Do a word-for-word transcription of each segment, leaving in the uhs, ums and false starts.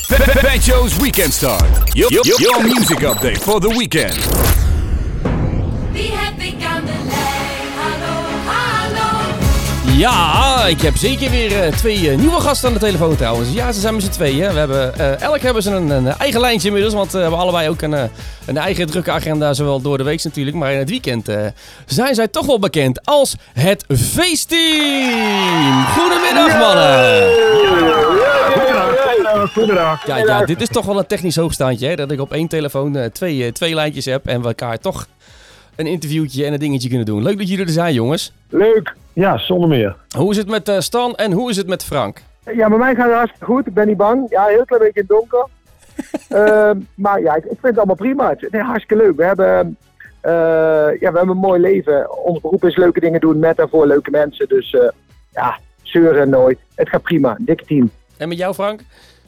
Fat Joe's Weekend Start. Your, your, your music update for the weekend. Wie heb ik aan de lijn? Hallo, hallo. Ja, ik heb zeker weer uh, twee uh, nieuwe gasten aan de telefoon trouwens. Ja, ze zijn met z'n tweeën. We hebben, uh, elk hebben ze een, een eigen lijntje inmiddels. Want uh, we hebben allebei ook een, uh, een eigen drukke agenda. Zowel door de week natuurlijk. Maar in het weekend uh, zijn zij toch wel bekend als het feestteam. Goedemiddag mannen. Goedendag. Ja, ja, dit is toch wel een technisch hoogstaandje. Hè? Dat ik op één telefoon uh, twee, uh, twee lijntjes heb. En we elkaar toch een interviewtje en een dingetje kunnen doen. Leuk dat jullie er zijn, jongens. Leuk. Ja, zonder meer. Hoe is het met uh, Stan en hoe is het met Frank? Ja, bij mij gaat het hartstikke goed. Ik ben niet bang. Ja, een heel klein beetje in het donker. uh, maar ja, ik, ik vind het allemaal prima. Het is hartstikke leuk. We hebben, uh, ja, we hebben een mooi leven. Ons beroep is leuke dingen doen met en voor leuke mensen. Dus uh, ja, zeuren nooit. Het gaat prima. Dikke team. En met jou, Frank?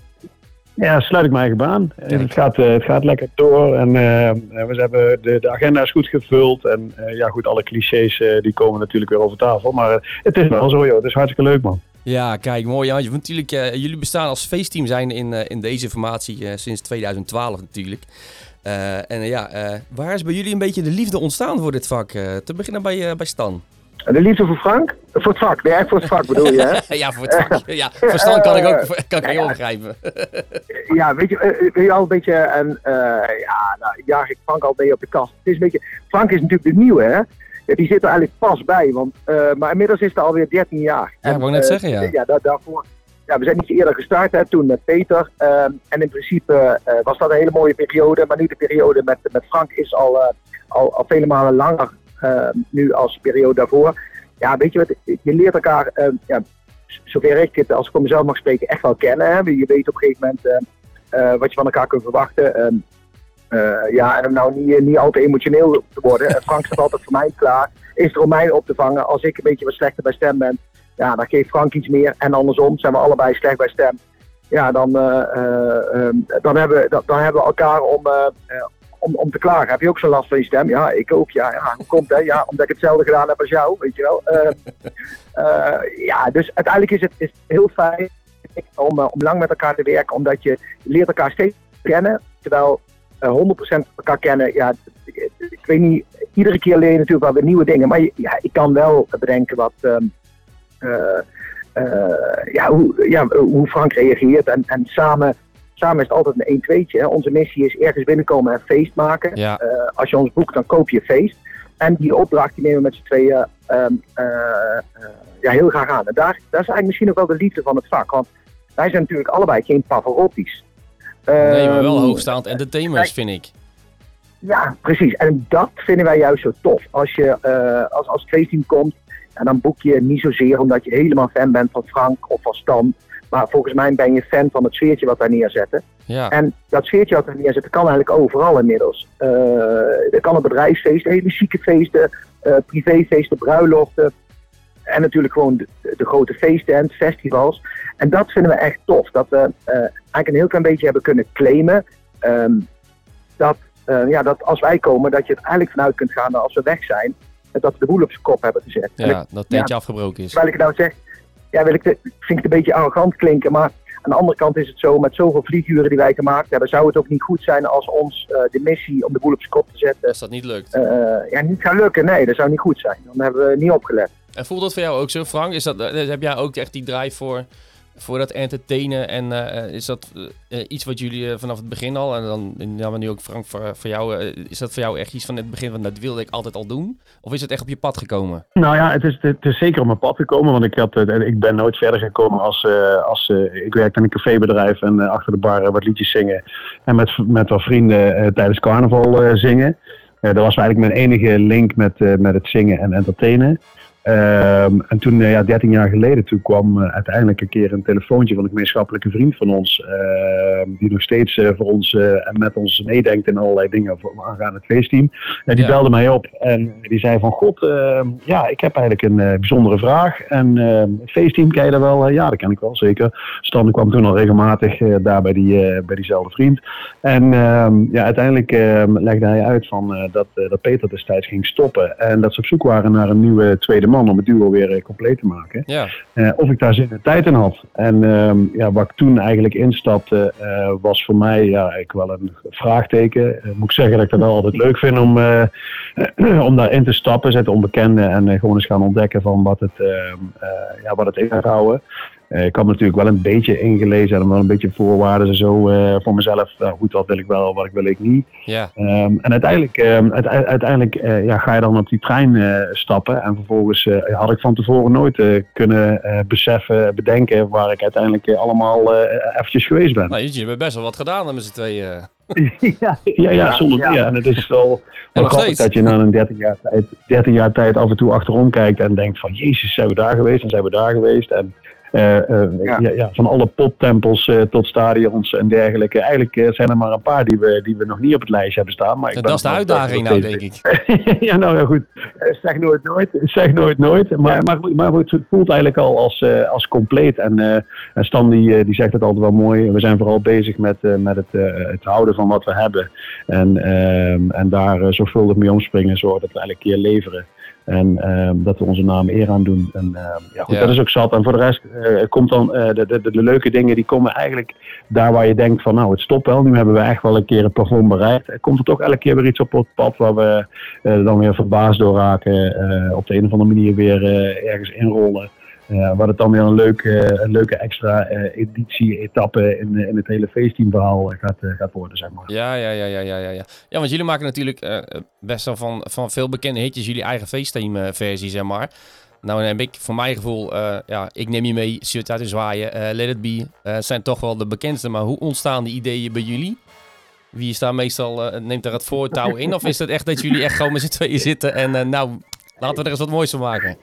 Ja, sluit ik mijn eigen baan. Het gaat, uh, het gaat lekker door en uh, we hebben de, de agenda is goed gevuld. En uh, ja goed, alle clichés uh, die komen natuurlijk weer over tafel. Maar uh, het is wel zo joh, het is hartstikke leuk man. Ja, kijk, mooi. Ja. Natuurlijk, uh, jullie bestaan als feestteam zijn in, uh, in deze formatie uh, sinds twintig twaalf natuurlijk. Uh, en uh, ja, uh, waar is bij jullie een beetje de liefde ontstaan voor dit vak? Uh, te beginnen bij, uh, bij Stan. De liefde voor Frank? Voor het vak, nee, echt voor het vak bedoel je, hè? Ja, voor het vak. Ja, voor Stan kan ik ook kan ik heel ja, begrijpen. Ja, weet je, weet je al een beetje, en uh, ja, nou, jaag ik Frank al mee op de kast. Het is een beetje, Frank is natuurlijk de nieuwe, hè? Ja, die zit er eigenlijk pas bij, want, uh, maar inmiddels is het alweer dertien jaar. Ja, ik wou net uh, zeggen, ja. Ja, daar, daarvoor, ja, we zijn iets eerder gestart, hè, toen met Peter. Uh, en in principe uh, was dat een hele mooie periode, maar nu de periode met, met Frank is al, uh, al, al vele malen langer. Uh, nu als periode daarvoor. Ja, weet je wat, je leert elkaar, uh, ja, zover ik het, als ik voor mezelf mag spreken, echt wel kennen. Hè? Je weet op een gegeven moment uh, uh, wat je van elkaar kunt verwachten. Um, uh, ja, en om nou niet, niet al te emotioneel te worden. Uh, Frank staat altijd voor mij klaar. Is er om mij op te vangen. Als ik een beetje wat slechter bij stem ben, ja, dan geeft Frank iets meer. En andersom, zijn we allebei slecht bij stem. Ja, dan, uh, uh, um, dan, hebben, dan, dan hebben we elkaar om... Uh, uh, Om, om te klagen. Heb je ook zo'n last van je stem? Ja, ik ook. Ja, ja. Hoe komt het? Ja, omdat ik hetzelfde gedaan heb als jou, weet je wel. Uh, uh, ja, dus uiteindelijk is het is heel fijn om, uh, om lang met elkaar te werken, omdat je leert elkaar steeds kennen, terwijl uh, honderd procent elkaar kennen, ja, ik weet niet, iedere keer leer je natuurlijk wel weer nieuwe dingen, maar je, ja, ik kan wel bedenken wat, um, uh, uh, ja, hoe, ja, hoe Frank reageert en, en samen Samen is het altijd een één-tweetje. Onze missie is ergens binnenkomen en feest maken. Ja. Uh, als je ons boekt, dan koop je feest. En die opdracht die nemen we met z'n tweeën uh, uh, uh, ja, heel graag aan. En daar, daar is eigenlijk misschien ook wel de liefde van het vak. Want wij zijn natuurlijk allebei geen Pavarotti's. Uh, nee, maar wel hoogstaand entertainers, vind ik. Ja, precies. En dat vinden wij juist zo tof. Als je uh, als, als feestteam komt, en dan boek je niet zozeer omdat je helemaal fan bent van Frank of van Stan. Maar volgens mij ben je fan van het sfeertje wat wij neerzetten. Ja. En dat sfeertje wat wij neerzetten kan eigenlijk overal inmiddels. Uh, er kan een bedrijfsfeest, hele chique feesten, uh, privéfeesten, bruiloften. En natuurlijk gewoon de, de grote feesten, festivals. En dat vinden we echt tof. Dat we uh, eigenlijk een heel klein beetje hebben kunnen claimen. Um, dat, uh, ja, dat als wij komen, dat je het eigenlijk vanuit kunt gaan dat als we weg zijn. Dat we de boel op zijn kop hebben gezet. Ja, ik, dat tentje ja, afgebroken is. Terwijl ik nou zeg... Ja, wil ik de, vind ik het een beetje arrogant klinken, maar aan de andere kant is het zo, met zoveel vlieguren die wij gemaakt hebben, zou het ook niet goed zijn als ons uh, de missie om de boel op zijn kop te zetten... Als dat niet lukt. Uh, ja, niet gaan lukken, nee, dat zou niet goed zijn. Dan hebben we niet opgelet. En voelt dat voor jou ook zo, Frank? Is dat, heb jij ook echt die drive voor, voor dat entertainen en uh, is dat uh, iets wat jullie uh, vanaf het begin al, en dan ja, maar nu ook Frank voor, voor jou, uh, is dat voor jou echt iets van het begin van dat wilde ik altijd al doen? Of is het echt op je pad gekomen? Nou ja, het is, het is zeker op mijn pad gekomen, want ik, had, ik ben nooit verder gekomen als, uh, als uh, ik werkte in een cafébedrijf en uh, achter de bar uh, wat liedjes zingen en met, met wat vrienden uh, tijdens carnaval uh, zingen. Uh, dat was eigenlijk mijn enige link met, uh, met het zingen en entertainen. Um, en toen, uh, ja, dertien jaar geleden, toen kwam uh, uiteindelijk een keer een telefoontje van een gemeenschappelijke vriend van ons, uh, die nog steeds uh, voor ons uh, en met ons meedenkt in allerlei dingen voor, aangaande het feestteam. En die ja. belde mij op en die zei van, god, uh, ja, ik heb eigenlijk een uh, bijzondere vraag. En uh, het feestteam, ken je dat wel? Uh, ja, dat ken ik wel, zeker. Stan kwam toen al regelmatig uh, daar bij, die, uh, bij diezelfde vriend. En uh, ja, uiteindelijk uh, legde hij uit van, uh, dat, uh, dat Peter destijds ging stoppen en dat ze op zoek waren naar een nieuwe tweede man. man om het duo weer uh, compleet te maken. Ja. Uh, of ik daar zin en tijd in had. En um, ja, waar ik toen eigenlijk instapte, uh, was voor mij ja, ik wel een vraagteken. Uh, moet ik zeggen dat ik dat wel altijd leuk vind om, uh, om daarin te stappen, het onbekende en uh, gewoon eens gaan ontdekken van wat het, uh, uh, ja, wat het in gaat houden. Uh, ik had me natuurlijk wel een beetje ingelezen en wel een beetje voorwaarden en zo uh, voor mezelf. Nou goed, wat wil ik wel, wat wil ik niet. Ja. Um, en uiteindelijk, um, uite- uiteindelijk uh, ja, ga je dan op die trein uh, stappen. En vervolgens uh, had ik van tevoren nooit uh, kunnen uh, beseffen, bedenken waar ik uiteindelijk uh, allemaal uh, eventjes geweest ben. Nou, je hebt best wel wat gedaan met z'n tweeën. ja, ja, ja, zonder meer. Ja. En het is wel, wel nog grappig steeds. dat je na een dertien jaar, tijd, dertien jaar tijd af en toe achterom kijkt en denkt van jezus, zijn we daar geweest en zijn we daar geweest. En Uh, uh, ja. Ja, ja, van alle poptempels uh, tot stadions en dergelijke. Eigenlijk uh, zijn er maar een paar die we, die we nog niet op het lijstje hebben staan. Maar ik Dat ben is de nog- uitdaging nog nou, steeds- denk ik. ja, nou ja, goed. Uh, Zeg nooit nooit. Zeg nooit nooit. Maar, maar, goed, maar goed, het voelt eigenlijk al als, uh, als compleet. En, uh, en Stan die, uh, die zegt het altijd wel mooi. We zijn vooral bezig met, uh, met het, uh, het houden van wat we hebben. En, uh, en daar uh, zorgvuldig mee omspringen. Zorgen dat we elke keer leveren. En um, dat we onze naam eer aan doen. En uh, ja, goed, Ja. dat is ook zat. En voor de rest uh, komt dan uh, de, de, de, de leuke dingen, die komen eigenlijk daar waar je denkt van nou, het stopt wel. Nu hebben we echt wel een keer het plafond bereikt. Er komt er toch elke keer weer iets op het pad waar we uh, dan weer verbaasd door raken. Uh, op de een of andere manier weer uh, ergens inrollen. Uh, waar het dan weer een leuke, een leuke extra uh, editie, etappe in, in het hele feestteamverhaal uh, gaat, uh, gaat worden, zeg maar. Ja, ja, ja, ja, ja, ja. Ja, Ja, want jullie maken natuurlijk uh, best wel van, van veel bekende hitjes jullie eigen feestteam-versie, zeg maar. Nou, dan heb ik voor mijn gevoel, uh, ja, ik neem je mee, shirt uit en zwaaien, uh, Let It Be, uh, zijn toch wel de bekendste. Maar hoe ontstaan die ideeën bij jullie? Wie is daar meestal, uh, neemt daar het voortouw in? Of is het echt dat jullie echt gewoon met z'n tweeën zitten en uh, nou, laten we er eens wat moois van maken?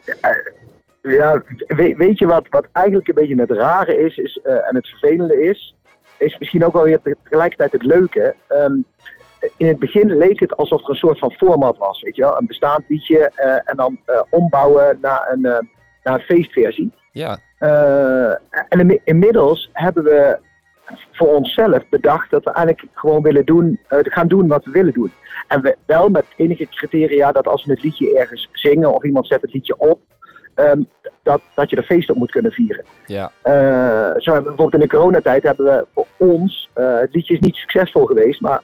Ja, weet, weet je wat, wat eigenlijk een beetje het rare is, is uh, en het vervelende is, is misschien ook wel weer tegelijkertijd het leuke. Um, in het begin leek het alsof er een soort van format was, weet je wel, een bestaand liedje uh, en dan uh, ombouwen naar een, uh, naar een feestversie. Ja, Uh, en in, inmiddels hebben we voor onszelf bedacht dat we eigenlijk gewoon willen doen, uh, gaan doen wat we willen doen. En we, wel met enige criteria dat als we het liedje ergens zingen of iemand zet het liedje op, um, dat, dat je er feest op moet kunnen vieren. ja, Uh, zo hebben we bijvoorbeeld in de coronatijd hebben we voor ons, uh, het liedje is niet succesvol geweest, maar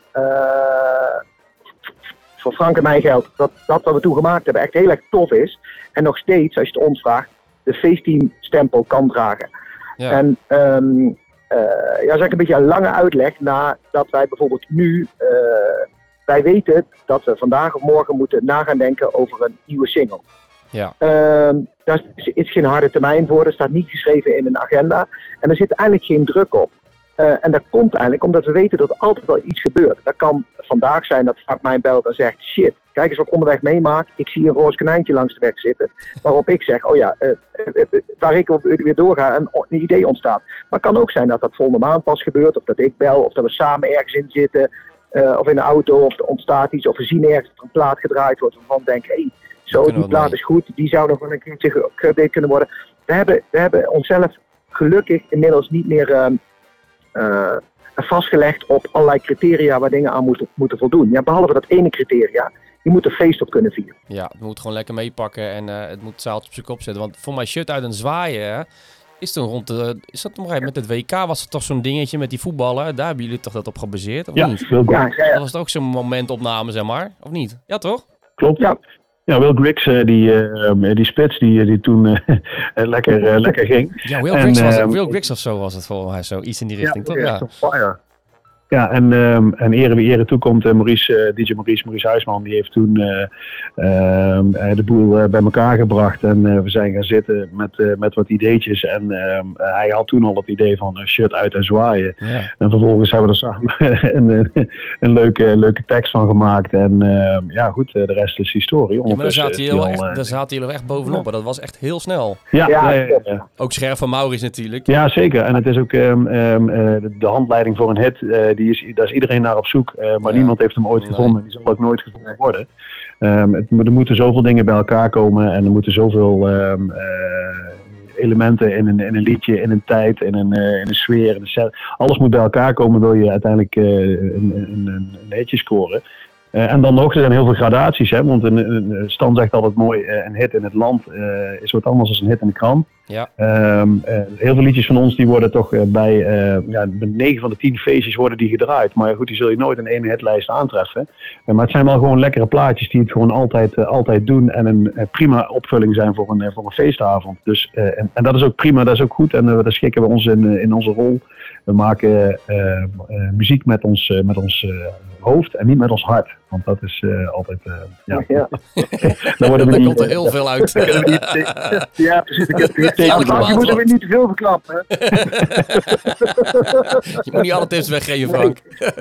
uh, voor Frank en mij geldt dat dat wat we toen gemaakt hebben echt heel erg tof is. En nog steeds, als je het ons vraagt, de feestteam stempel kan dragen. ja. En um, uh, ja, zeg ik een beetje een lange uitleg nadat wij bijvoorbeeld nu, uh, wij weten dat we vandaag of morgen moeten na gaan denken over een nieuwe single. ja. Um, daar is, is geen harde termijn voor, dat staat niet geschreven in een agenda. En er zit eigenlijk geen druk op. Uh, en dat komt eigenlijk omdat we weten dat er altijd wel iets gebeurt. Dat kan vandaag zijn dat Frank mij belt en zegt, shit, kijk eens wat ik onderweg meemaak. Ik zie een roze konijntje langs de weg zitten. Waarop ik zeg, oh ja, uh, uh, uh, waar ik op, uh, weer doorga, een, een idee ontstaat. Maar het kan ook zijn dat dat volgende maand pas gebeurt. Of dat ik bel, of dat we samen ergens in zitten. Uh, of in een auto, of er ontstaat iets. Of we zien ergens dat er een plaat gedraaid wordt. Waarvan we denken, hé, hey, zo, kunnen die we plaat mee. is goed. Die zou nog wel een keertje geüpdate kunnen worden. We hebben, we hebben onszelf gelukkig inmiddels niet meer uh, uh, vastgelegd op allerlei criteria waar dingen aan moeten, moeten voldoen. Ja, behalve dat ene criteria. Je moet er feest op kunnen vieren. Ja, het moet gewoon lekker meepakken en uh, het moet zaaltje op zijn kop zetten. Want voor mijn shirt uit en zwaaien, hè, is toen rond de... Is dat nog even met het W K? Was het toch zo'n dingetje met die voetballen? Daar hebben jullie toch dat op gebaseerd, of Ja, niet? Will Ja, Griggs. ja, ja. Dat was ook zo'n momentopname, zeg maar. Of niet? Ja, toch? Klopt. Ja. Ja, Will Griggs, uh, die, uh, die spits die, die toen uh, lekker, uh, lekker ging. Ja, Will En, Griggs was het. ehm, Will Griggs of zo was het volgens mij zo. Iets in die richting, toch? Ja. Fire. Ja, en, um, en ere wie ere toekomt, uh, Maurice, uh, D J Maurice, Maurice Huisman, die heeft toen uh, um, uh, de boel uh, bij elkaar gebracht. En uh, we zijn gaan zitten met, uh, met wat ideetjes. En um, uh, hij had toen al het idee van uh, shirt uit en zwaaien. Ja. En vervolgens hebben we er samen een, een leuke, leuke tekst van gemaakt. En uh, ja, goed, uh, de rest is historie. Ja, maar daar Ondertussen zaten is jullie die wel al, echt, uh, daar zaten jullie echt bovenop. Maar dat was echt heel snel. ja, Ja, ja, ja, ja. Ook scherp van Maurits natuurlijk. Ja, zeker. En het is ook um, um, uh, de, de handleiding voor een hit, uh, die is, daar is iedereen naar op zoek. Uh, maar Ja. niemand heeft hem ooit Nee. gevonden. En die zal ook nooit gevonden worden. Um, het, er moeten zoveel dingen bij elkaar komen. En er moeten zoveel um, uh, elementen in een, in een liedje, in een tijd, in een, uh, in een sfeer, in een set. Alles moet bij elkaar komen, wil je uiteindelijk uh, een, een, een, een hitje scoren. Uh, en dan nog, er zijn heel veel gradaties, hè, want een, een, Stan zegt altijd mooi, uh, een hit in het land uh, is wat anders dan een hit in de krant. Ja. Um, uh, heel veel liedjes van ons die worden toch uh, bij uh, ja, negen van de tien feestjes worden die gedraaid. Maar goed, die zul je nooit in één hitlijst aantreffen. Uh, maar het zijn wel gewoon lekkere plaatjes die het gewoon altijd, uh, altijd doen en een uh, prima opvulling zijn voor een, uh, voor een feestavond. Dus, uh, en, en dat is ook prima, dat is ook goed en uh, daar schikken we ons in, uh, in onze rol. We maken uh, uh, muziek met ons, uh, met ons uh, hoofd en niet met ons hart. Want dat is uh, altijd... Uh, ja. Ja. Dan worden we Daar niet, komt er heel uh, veel uit. Ja, precies. Ik heb het je moet er weer niet te veel verklappen. Je moet niet alle tips weggeven, Frank.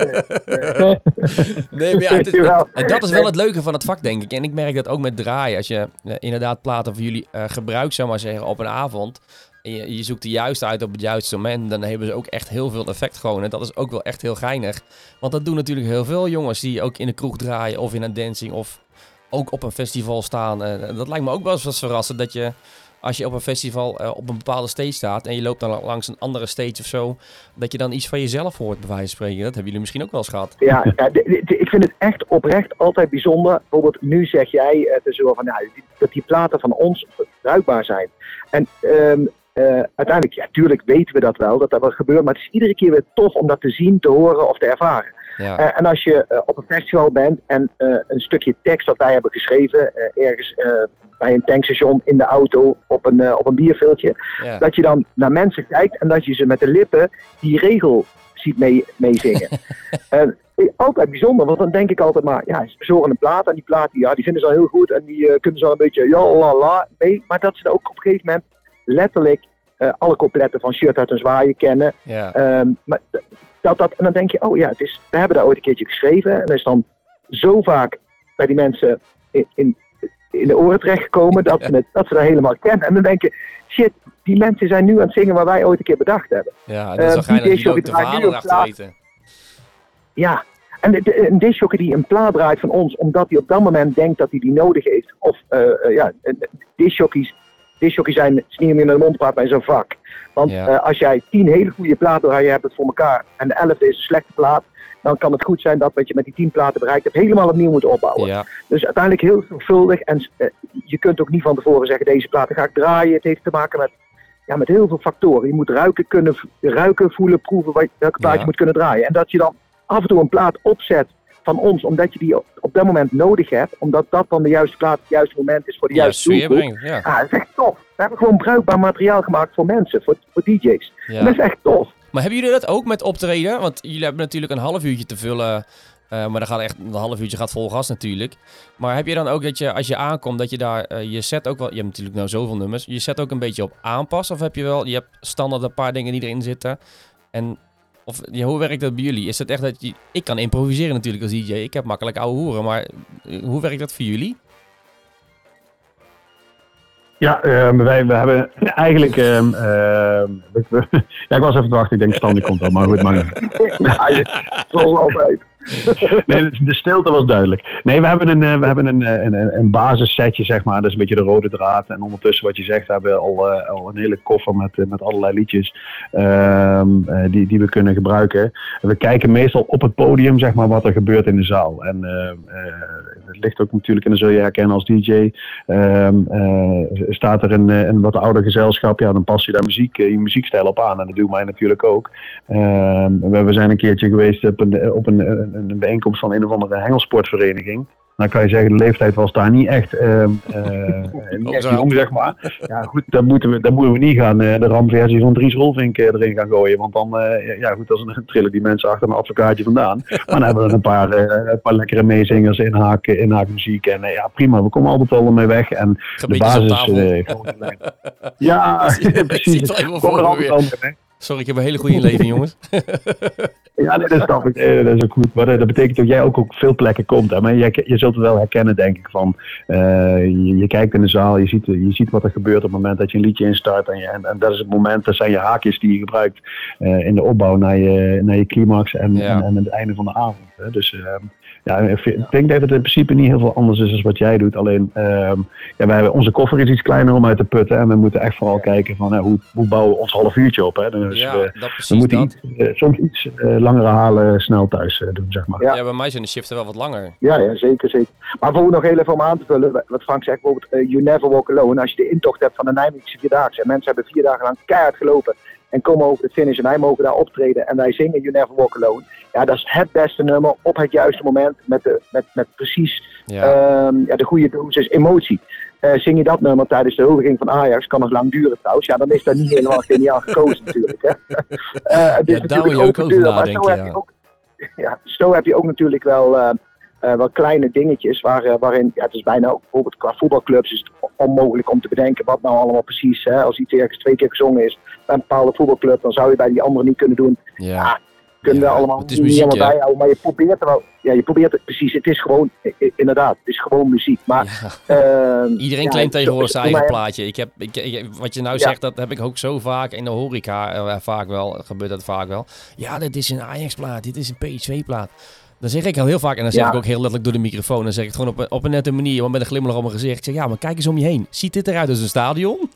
Nee, maar ja, het is, en dat is wel het leuke van het vak, denk ik. En ik merk dat ook met draaien. Als je uh, inderdaad platen voor jullie uh, gebruikt, zou maar zeggen, op een avond... En je, je zoekt de juiste uit op het juiste moment. Dan hebben ze ook echt heel veel effect gewoon. En dat is ook wel echt heel geinig. Want dat doen natuurlijk heel veel jongens die ook in de kroeg draaien. Of in een dancing. Of ook op een festival staan. En dat lijkt me ook wel eens verrassend. Dat je, als je op een festival uh, op een bepaalde stage staat. En je loopt dan langs een andere stage of zo. Dat je dan iets van jezelf hoort, bij wijze van spreken. Dat hebben jullie misschien ook wel eens gehad. Ja, ja de, de, de, ik vind het echt oprecht altijd bijzonder. Bijvoorbeeld nu zeg jij uh, zo van, nou, die, dat die platen van ons bruikbaar zijn. En... Um, Uh, uiteindelijk, ja, tuurlijk weten we dat wel, dat dat wel gebeurt, maar het is iedere keer weer tof om dat te zien, te horen of te ervaren. Ja. Uh, en als je uh, op een festival bent en uh, een stukje tekst dat wij hebben geschreven, uh, ergens uh, bij een tankstation, in de auto, op een, uh, op een bierveeltje, ja. dat je dan naar mensen kijkt en dat je ze met de lippen die regel ziet mee, meezingen. uh, altijd bijzonder, want dan denk ik altijd maar, ja, ze horen een plaat en die plaat, ja, die vinden ze al heel goed en die uh, kunnen ze al een beetje, ja, la, la, mee, maar dat ze er ook op een gegeven moment letterlijk uh, alle coupletten van Shirt uit een Zwaaien kennen. Ja. Um, maar dat, dat, en dan denk je, oh ja, het is, we hebben daar ooit een keertje geschreven. En dat is dan zo vaak bij die mensen in, in, in de oren terechtgekomen dat, ze het, dat ze dat helemaal kennen. En dan denk je, shit, die mensen zijn nu aan het zingen wat wij ooit een keer bedacht hebben. Ja, dat is wel geinig dat jullie ook de verhalen erachter weten. Ja, en de, de, een discjockey die een plaat draait van ons, omdat hij op dat moment denkt dat hij die nodig heeft. Of, uh, uh, ja, discjockeys Discjockeys zijn, het is niet meer naar de mond praat bij zo'n vak. Want ja. uh, als jij tien hele goede platen draait, je hebt het voor elkaar. En de elfde is een slechte plaat. Dan kan het goed zijn dat wat je met die tien platen bereikt hebt, helemaal opnieuw moet opbouwen. Ja. Dus uiteindelijk heel zorgvuldig. En uh, je kunt ook niet van tevoren zeggen, deze platen ga ik draaien. Het heeft te maken met, ja, met heel veel factoren. Je moet ruiken, kunnen, ruiken, voelen, proeven wat, welke plaat ja. je moet kunnen draaien. En dat je dan af en toe een plaat opzet van ons, omdat je die op, op dat moment nodig hebt, omdat dat dan de juiste plaat, het juiste moment is voor de ja, juiste doelgroep. Ja. Ah, dat is echt tof. We hebben gewoon bruikbaar materiaal gemaakt voor mensen, voor, voor D J's. Ja. En dat is echt tof. Maar hebben jullie dat ook met optreden? Want jullie hebben natuurlijk een half uurtje te vullen, uh, maar dan gaat echt een half uurtje gaat vol gas natuurlijk. Maar heb je dan ook dat je, als je aankomt, dat je daar uh, je set ook wel, je hebt natuurlijk nou zoveel nummers, je set ook een beetje op aanpassen? Of heb je wel, je hebt standaard een paar dingen die erin zitten en... Of ja, hoe werkt dat bij jullie? Is het echt dat je... Ik kan improviseren natuurlijk als D J. Ik heb makkelijk ouwe hoeren. Maar hoe werkt dat voor jullie? Ja, uh, wij we hebben eigenlijk... Uh, uh, ja, ik was even te wachten. Ik denk, Stan die komt al. Maar goed, maar... Ja, je zal altijd. Nee, de stilte was duidelijk. Nee, we hebben een, we hebben een, een, een basissetje, zeg maar. Dat is een beetje de rode draad. En ondertussen, wat je zegt, hebben we al, uh, al een hele koffer met, met allerlei liedjes uh, die, die we kunnen gebruiken. We kijken meestal op het podium, zeg maar, wat er gebeurt in de zaal. En uh, uh, het ligt ook natuurlijk, en dat zul je herkennen als D J. Uh, uh, staat er een, een wat ouder gezelschap, ja, dan pas je daar muziek, je muziekstijl op aan. En dat doen wij natuurlijk ook. Uh, we, we zijn een keertje geweest op een, op een, een een bijeenkomst van een of andere hengelsportvereniging. Dan kan je zeggen, de leeftijd was daar niet echt, uh, uh, niet echt jong, zeg maar. Ja goed, dan moeten we, dan moeten we niet gaan uh, de ramversie van Dries Rolvink uh, erin gaan gooien. Want dan, uh, ja goed, dan trillen die mensen achter een advocaatje vandaan. Maar dan hebben we een paar, uh, een paar lekkere meezingers, inhaak, inhaakmuziek. En uh, ja, prima, we komen altijd wel mee weg. En de basis... Uh, ja, precies. Kom er altijd wel mee weg. Sorry, ik heb een hele goede inleving, jongens. Ja, nee, dat snap ik. Nee, dat is ook goed. Maar dat betekent dat jij ook op veel plekken komt. Hè? Maar je, je zult het wel herkennen, denk ik. Van, uh, je, je kijkt in de zaal, je ziet, je ziet wat er gebeurt op het moment dat je een liedje instart. En, je, en, en dat is het moment, dat zijn je haakjes die je gebruikt uh, in de opbouw naar je, naar je climax en, ja. en, en het einde van de avond. Hè? Dus uh, ja, ik denk dat het in principe niet heel veel anders is dan wat jij doet. Alleen, uh, ja, wij hebben, onze koffer is iets kleiner om uit te putten. En we moeten echt vooral kijken van uh, hoe, hoe bouwen we ons half uurtje op. Hè? Dus ja, we, dat precies we moeten dat. Iets, uh, soms iets uh, langere halen snel thuis uh, doen, zeg maar. Ja. ja, bij mij zijn de shiften wel wat langer. Ja, ja zeker, zeker. Maar voor nog heel even om aan te vullen, wat Frank zegt, bijvoorbeeld uh, You Never Walk Alone. Als je de intocht hebt van de Nijmeegse Vierdaagse en mensen hebben vier dagen lang keihard gelopen en komen over de finish en wij mogen daar optreden en wij zingen You Never Walk Alone. Ja, dat is het beste nummer op het juiste moment met, de, met, met precies ja. Um, ja, de goede dosis emotie. Uh, zing je dat nummer tijdens de huldiging van Ajax, kan nog lang duren trouwens. Ja, dan is dat niet helemaal geniaal gekozen natuurlijk. Hè. Uh, het is ja, daar moet je ook over nadenken, ja. Ook, ja. Zo heb je ook natuurlijk wel, uh, uh, wel kleine dingetjes waar, uh, waarin, ja, het is bijna ook bijvoorbeeld qua voetbalclubs is het onmogelijk om te bedenken wat nou allemaal precies, hè, als iets ergens twee keer gezongen is bij een bepaalde voetbalclub, dan zou je bij die andere niet kunnen doen. Ja. Ja, kunnen ja, we allemaal het is muziek, niet helemaal bijhouden, maar je probeert er wel, ja, je probeert het precies, het is gewoon, inderdaad, het is gewoon muziek. Maar, ja. uh, Iedereen ja, claimt tegenwoordig zijn eigen mij, plaatje. Ik heb, ik, ik, wat je nou ja. zegt, dat heb ik ook zo vaak in de horeca, uh, vaak wel, gebeurt dat vaak wel. Ja, dit is een Ajax-plaat, dit is een P S V-plaat. Dan zeg ik al heel vaak, en dan zeg ja. ik ook heel letterlijk door de microfoon, dan zeg ik het gewoon op een, op een nette manier, maar met een glimlach op mijn gezicht. Ik zeg, ja, maar kijk eens om je heen. Ziet dit eruit als een stadion?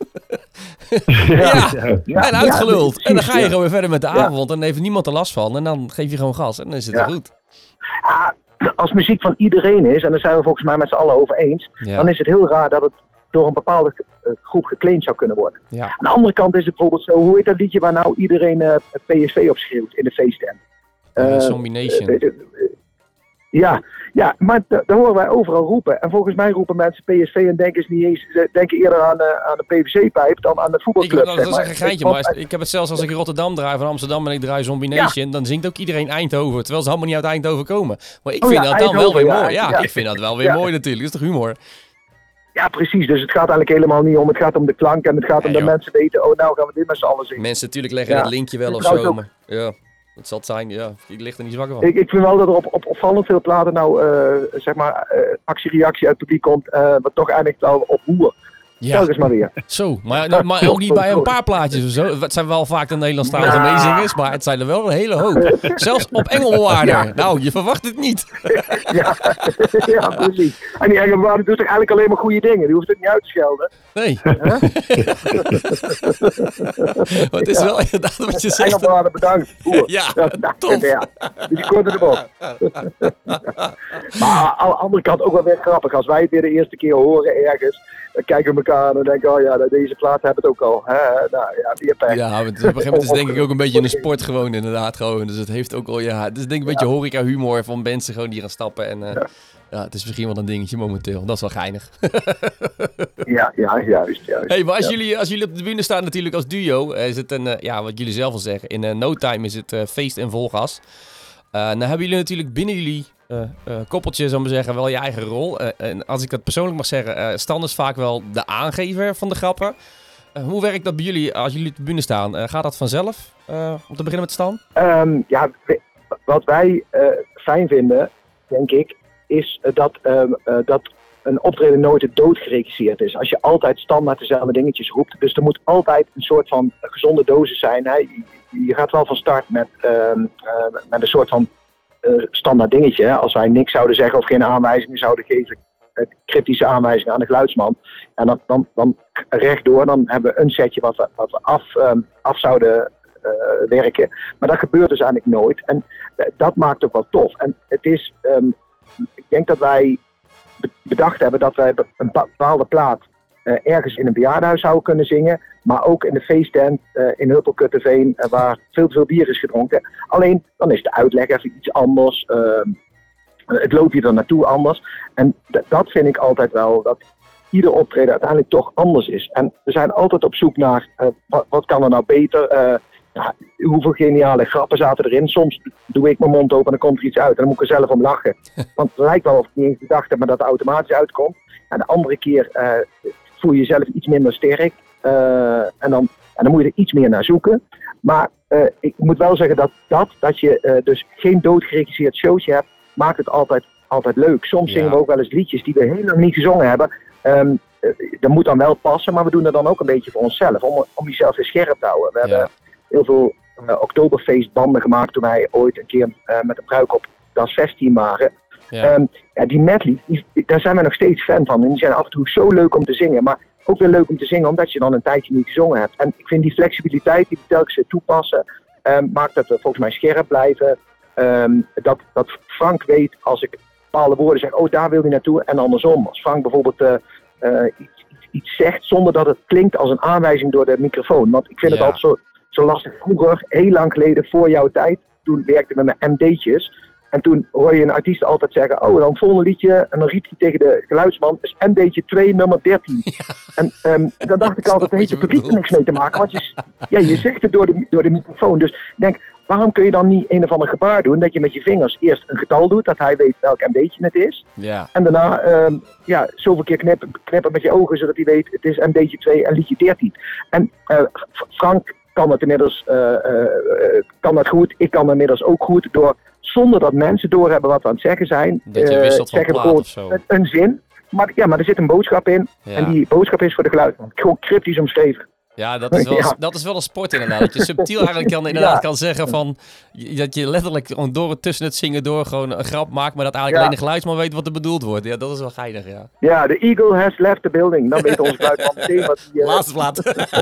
ja, ja, ja, en uitgeluld. Ja, en dan ga je ja. gewoon weer verder met de avond en dan heeft niemand er last van. En dan geef je gewoon gas en dan is het ja. goed. Ja, als muziek van iedereen is, en daar zijn we volgens mij met z'n allen over eens, ja. dan is het heel raar dat het door een bepaalde groep geclaimd zou kunnen worden. Ja. Aan de andere kant is het bijvoorbeeld zo, hoe heet dat liedje waar nou iedereen uh, P S V op schreeuwt in de feesttent? Uh, Zombie Nation. Uh, uh, uh, Ja, ja, maar dat horen wij overal roepen. En volgens mij roepen mensen P S V en denken, niet eens, denken eerder aan, uh, aan de P V C-pijp dan aan de voetbalclub. Ik, dat zeg maar. is een geintje, maar ik heb het zelfs als ik in Rotterdam draai, van Amsterdam en ik draai Zombie Nation, ja. dan zingt ook iedereen Eindhoven, terwijl ze allemaal niet uit Eindhoven komen. Maar ik oh, vind ja, dat dan Eindhoven, wel weer ja, mooi. Ja, ja, ik vind dat wel weer ja. mooi natuurlijk, dat is toch humor? Ja, precies. Dus het gaat eigenlijk helemaal niet om, het gaat om de klank en het gaat om nee, dat mensen weten, oh nou gaan we dit met z'n allen zingen. Mensen natuurlijk leggen ja. het linkje wel of zo, maar ja. Dat zal het zijn, ja. Ik lig er niet zwakker van. Ik, ik vind wel dat er op, op opvallend veel platen nou, uh, zeg maar, uh, actie-reactie uit het publiek komt, uh, wat toch eigenlijk wel op hoer. Ja. Telkens maar weer. Zo, maar, nou, maar ook niet bij een paar plaatjes of zo. Het zijn wel vaak de Nederlandstalige ja. meezingers, maar het zijn er wel een hele hoop. Zelfs op Engelwaarder. Ja. Nou, je verwacht het niet. Ja, ja precies. En die Engelwaarder doet toch eigenlijk alleen maar goede dingen. Die hoeft het niet uit te schelden. Nee. Huh? Maar het is ja. wel inderdaad wat je zegt. Engelwaarder bedankt. Oer. Ja, ja nou, tof. Ja. Dus die korten hem op. Maar aan de andere kant ook wel weer grappig. Als wij het weer de eerste keer horen ergens, dan kijken we elkaar aan en denken, oh ja, deze plaat hebben het ook al. Hè? Nou ja, die heb ja, op een gegeven moment is het denk ik ook een beetje een sport gewoon inderdaad gewoon. Dus het heeft ook al, ja, het is denk ik een beetje ja. horeca humor van mensen gewoon die gaan stappen en uh, ja. ja, het is misschien wel een dingetje momenteel. Dat is wel geinig. ja, ja, juist, juist. Hey, maar als, ja. jullie, als jullie op de bühne staan natuurlijk als duo, is het een, uh, ja, wat jullie zelf al zeggen, in uh, no time is het uh, feest en vol gas. Uh, nou hebben jullie natuurlijk binnen jullie uh, uh, koppeltje, zal ik maar zeggen, wel je eigen rol. Uh, en als ik dat persoonlijk mag zeggen, uh, Stan is vaak wel de aangever van de grappen. Uh, hoe werkt dat bij jullie als jullie op de bühne staan? Uh, gaat dat vanzelf, uh, om te beginnen met Stan? Um, ja, wat wij uh, fijn vinden, denk ik, is uh, dat, uh, uh, dat een optreden nooit doodgeregisseerd is. Als je altijd standaard dezelfde dingetjes roept. Dus er moet altijd een soort van gezonde dosis zijn. Hè? Je, je gaat wel van start met, uh, uh, met een soort van uh, standaard dingetje. Hè? Als wij niks zouden zeggen of geen aanwijzingen zouden geven, uh, cryptische aanwijzingen aan de geluidsman. En dan, dan, dan rechtdoor, dan hebben we een setje wat we, wat we af, um, af zouden uh, werken. Maar dat gebeurt dus eigenlijk nooit. En uh, dat maakt ook wel tof. En het is, um, ik denk dat wij bedacht hebben dat wij een bepaalde plaat uh, ergens in een bejaardenhuis zouden kunnen zingen, maar ook in de feesttent uh, in Huppelkutteveen, uh, waar veel te veel bier is gedronken. Alleen, dan is de uitleg even iets anders, uh, het loopje er naartoe anders. En d- dat vind ik altijd wel, dat ieder optreden uiteindelijk toch anders is. En we zijn altijd op zoek naar, uh, wat, wat kan er nou beter? Uh, Ja, hoeveel geniale grappen zaten erin. Soms doe ik mijn mond open en dan komt er iets uit. En dan moet ik er zelf om lachen. Want het lijkt wel of ik niet eens gedacht heb, maar dat het automatisch uitkomt. En de andere keer uh, voel je jezelf iets minder sterk. Uh, en, dan, en dan moet je er iets meer naar zoeken. Maar uh, ik moet wel zeggen dat dat, dat je uh, dus geen doodgeregisseerd showtje hebt, maakt het altijd, altijd leuk. Soms ja. zingen we ook wel eens liedjes die we heel lang niet gezongen hebben. Um, uh, dat moet dan wel passen, maar we doen het dan ook een beetje voor onszelf. Om, om jezelf weer scherp te houden. We ja. hebben heel veel uh, Oktoberfeestbanden gemaakt toen wij ooit een keer uh, met een pruik op Das zestien waren. Ja. Um, ja, die medley, die, daar zijn we nog steeds fan van. En die zijn af en toe zo leuk om te zingen. Maar ook weer leuk om te zingen omdat je dan een tijdje niet gezongen hebt. En ik vind die flexibiliteit die we telkens toepassen, um, maakt dat we volgens mij scherp blijven. Um, dat, dat Frank weet als ik bepaalde woorden zeg, oh daar wil hij naartoe. En andersom, als Frank bijvoorbeeld uh, uh, iets, iets, iets zegt zonder dat het klinkt als een aanwijzing door de microfoon. Want ik vind Ja. het altijd zo, zo lastig. Vroeger, heel lang geleden, voor jouw tijd, toen werkte ik met mijn M D'tjes. En toen hoor je een artiest altijd zeggen, oh dan volgende liedje. En dan riep hij tegen de geluidsman, is M D'tje twee nummer dertien. Ja. En um, dan dacht ik altijd, daar heeft het publiek er niks mee te maken. Want je, ja, je zegt het door de, door de microfoon. Dus ik denk, waarom kun je dan niet een of ander gebaar doen? Dat je met je vingers eerst een getal doet, dat hij weet welk M D'tje het is. Ja. En daarna um, ja, zoveel keer knippen, knippen met je ogen, zodat hij weet, het is M D'tje twee en liedje dertien. En uh, Frank kan dat inmiddels uh, uh, kan dat goed. Ik kan dat inmiddels ook goed door, zonder dat mensen doorhebben wat we aan het zeggen zijn. Dat je uh, wisselt van zeggen we plaat gewoon of zo. Een, een zin. Maar, ja, maar er zit een boodschap in. Ja. En die boodschap is voor de geluidsman. Gewoon cryptisch omschreven. Ja, dat is, wel, Ja. dat is wel een sport inderdaad. Dat je subtiel eigenlijk kan, inderdaad Ja. kan zeggen van... Dat je letterlijk gewoon door het tussen het zingen door gewoon een grap maakt... maar dat eigenlijk Ja. alleen de geluidsman weet wat er bedoeld wordt. Ja, dat is wel geinig, ja. Ja, de eagle has left the building. Dan weet onze geluidsman meteen wat hij... Uh, Laatste plaat.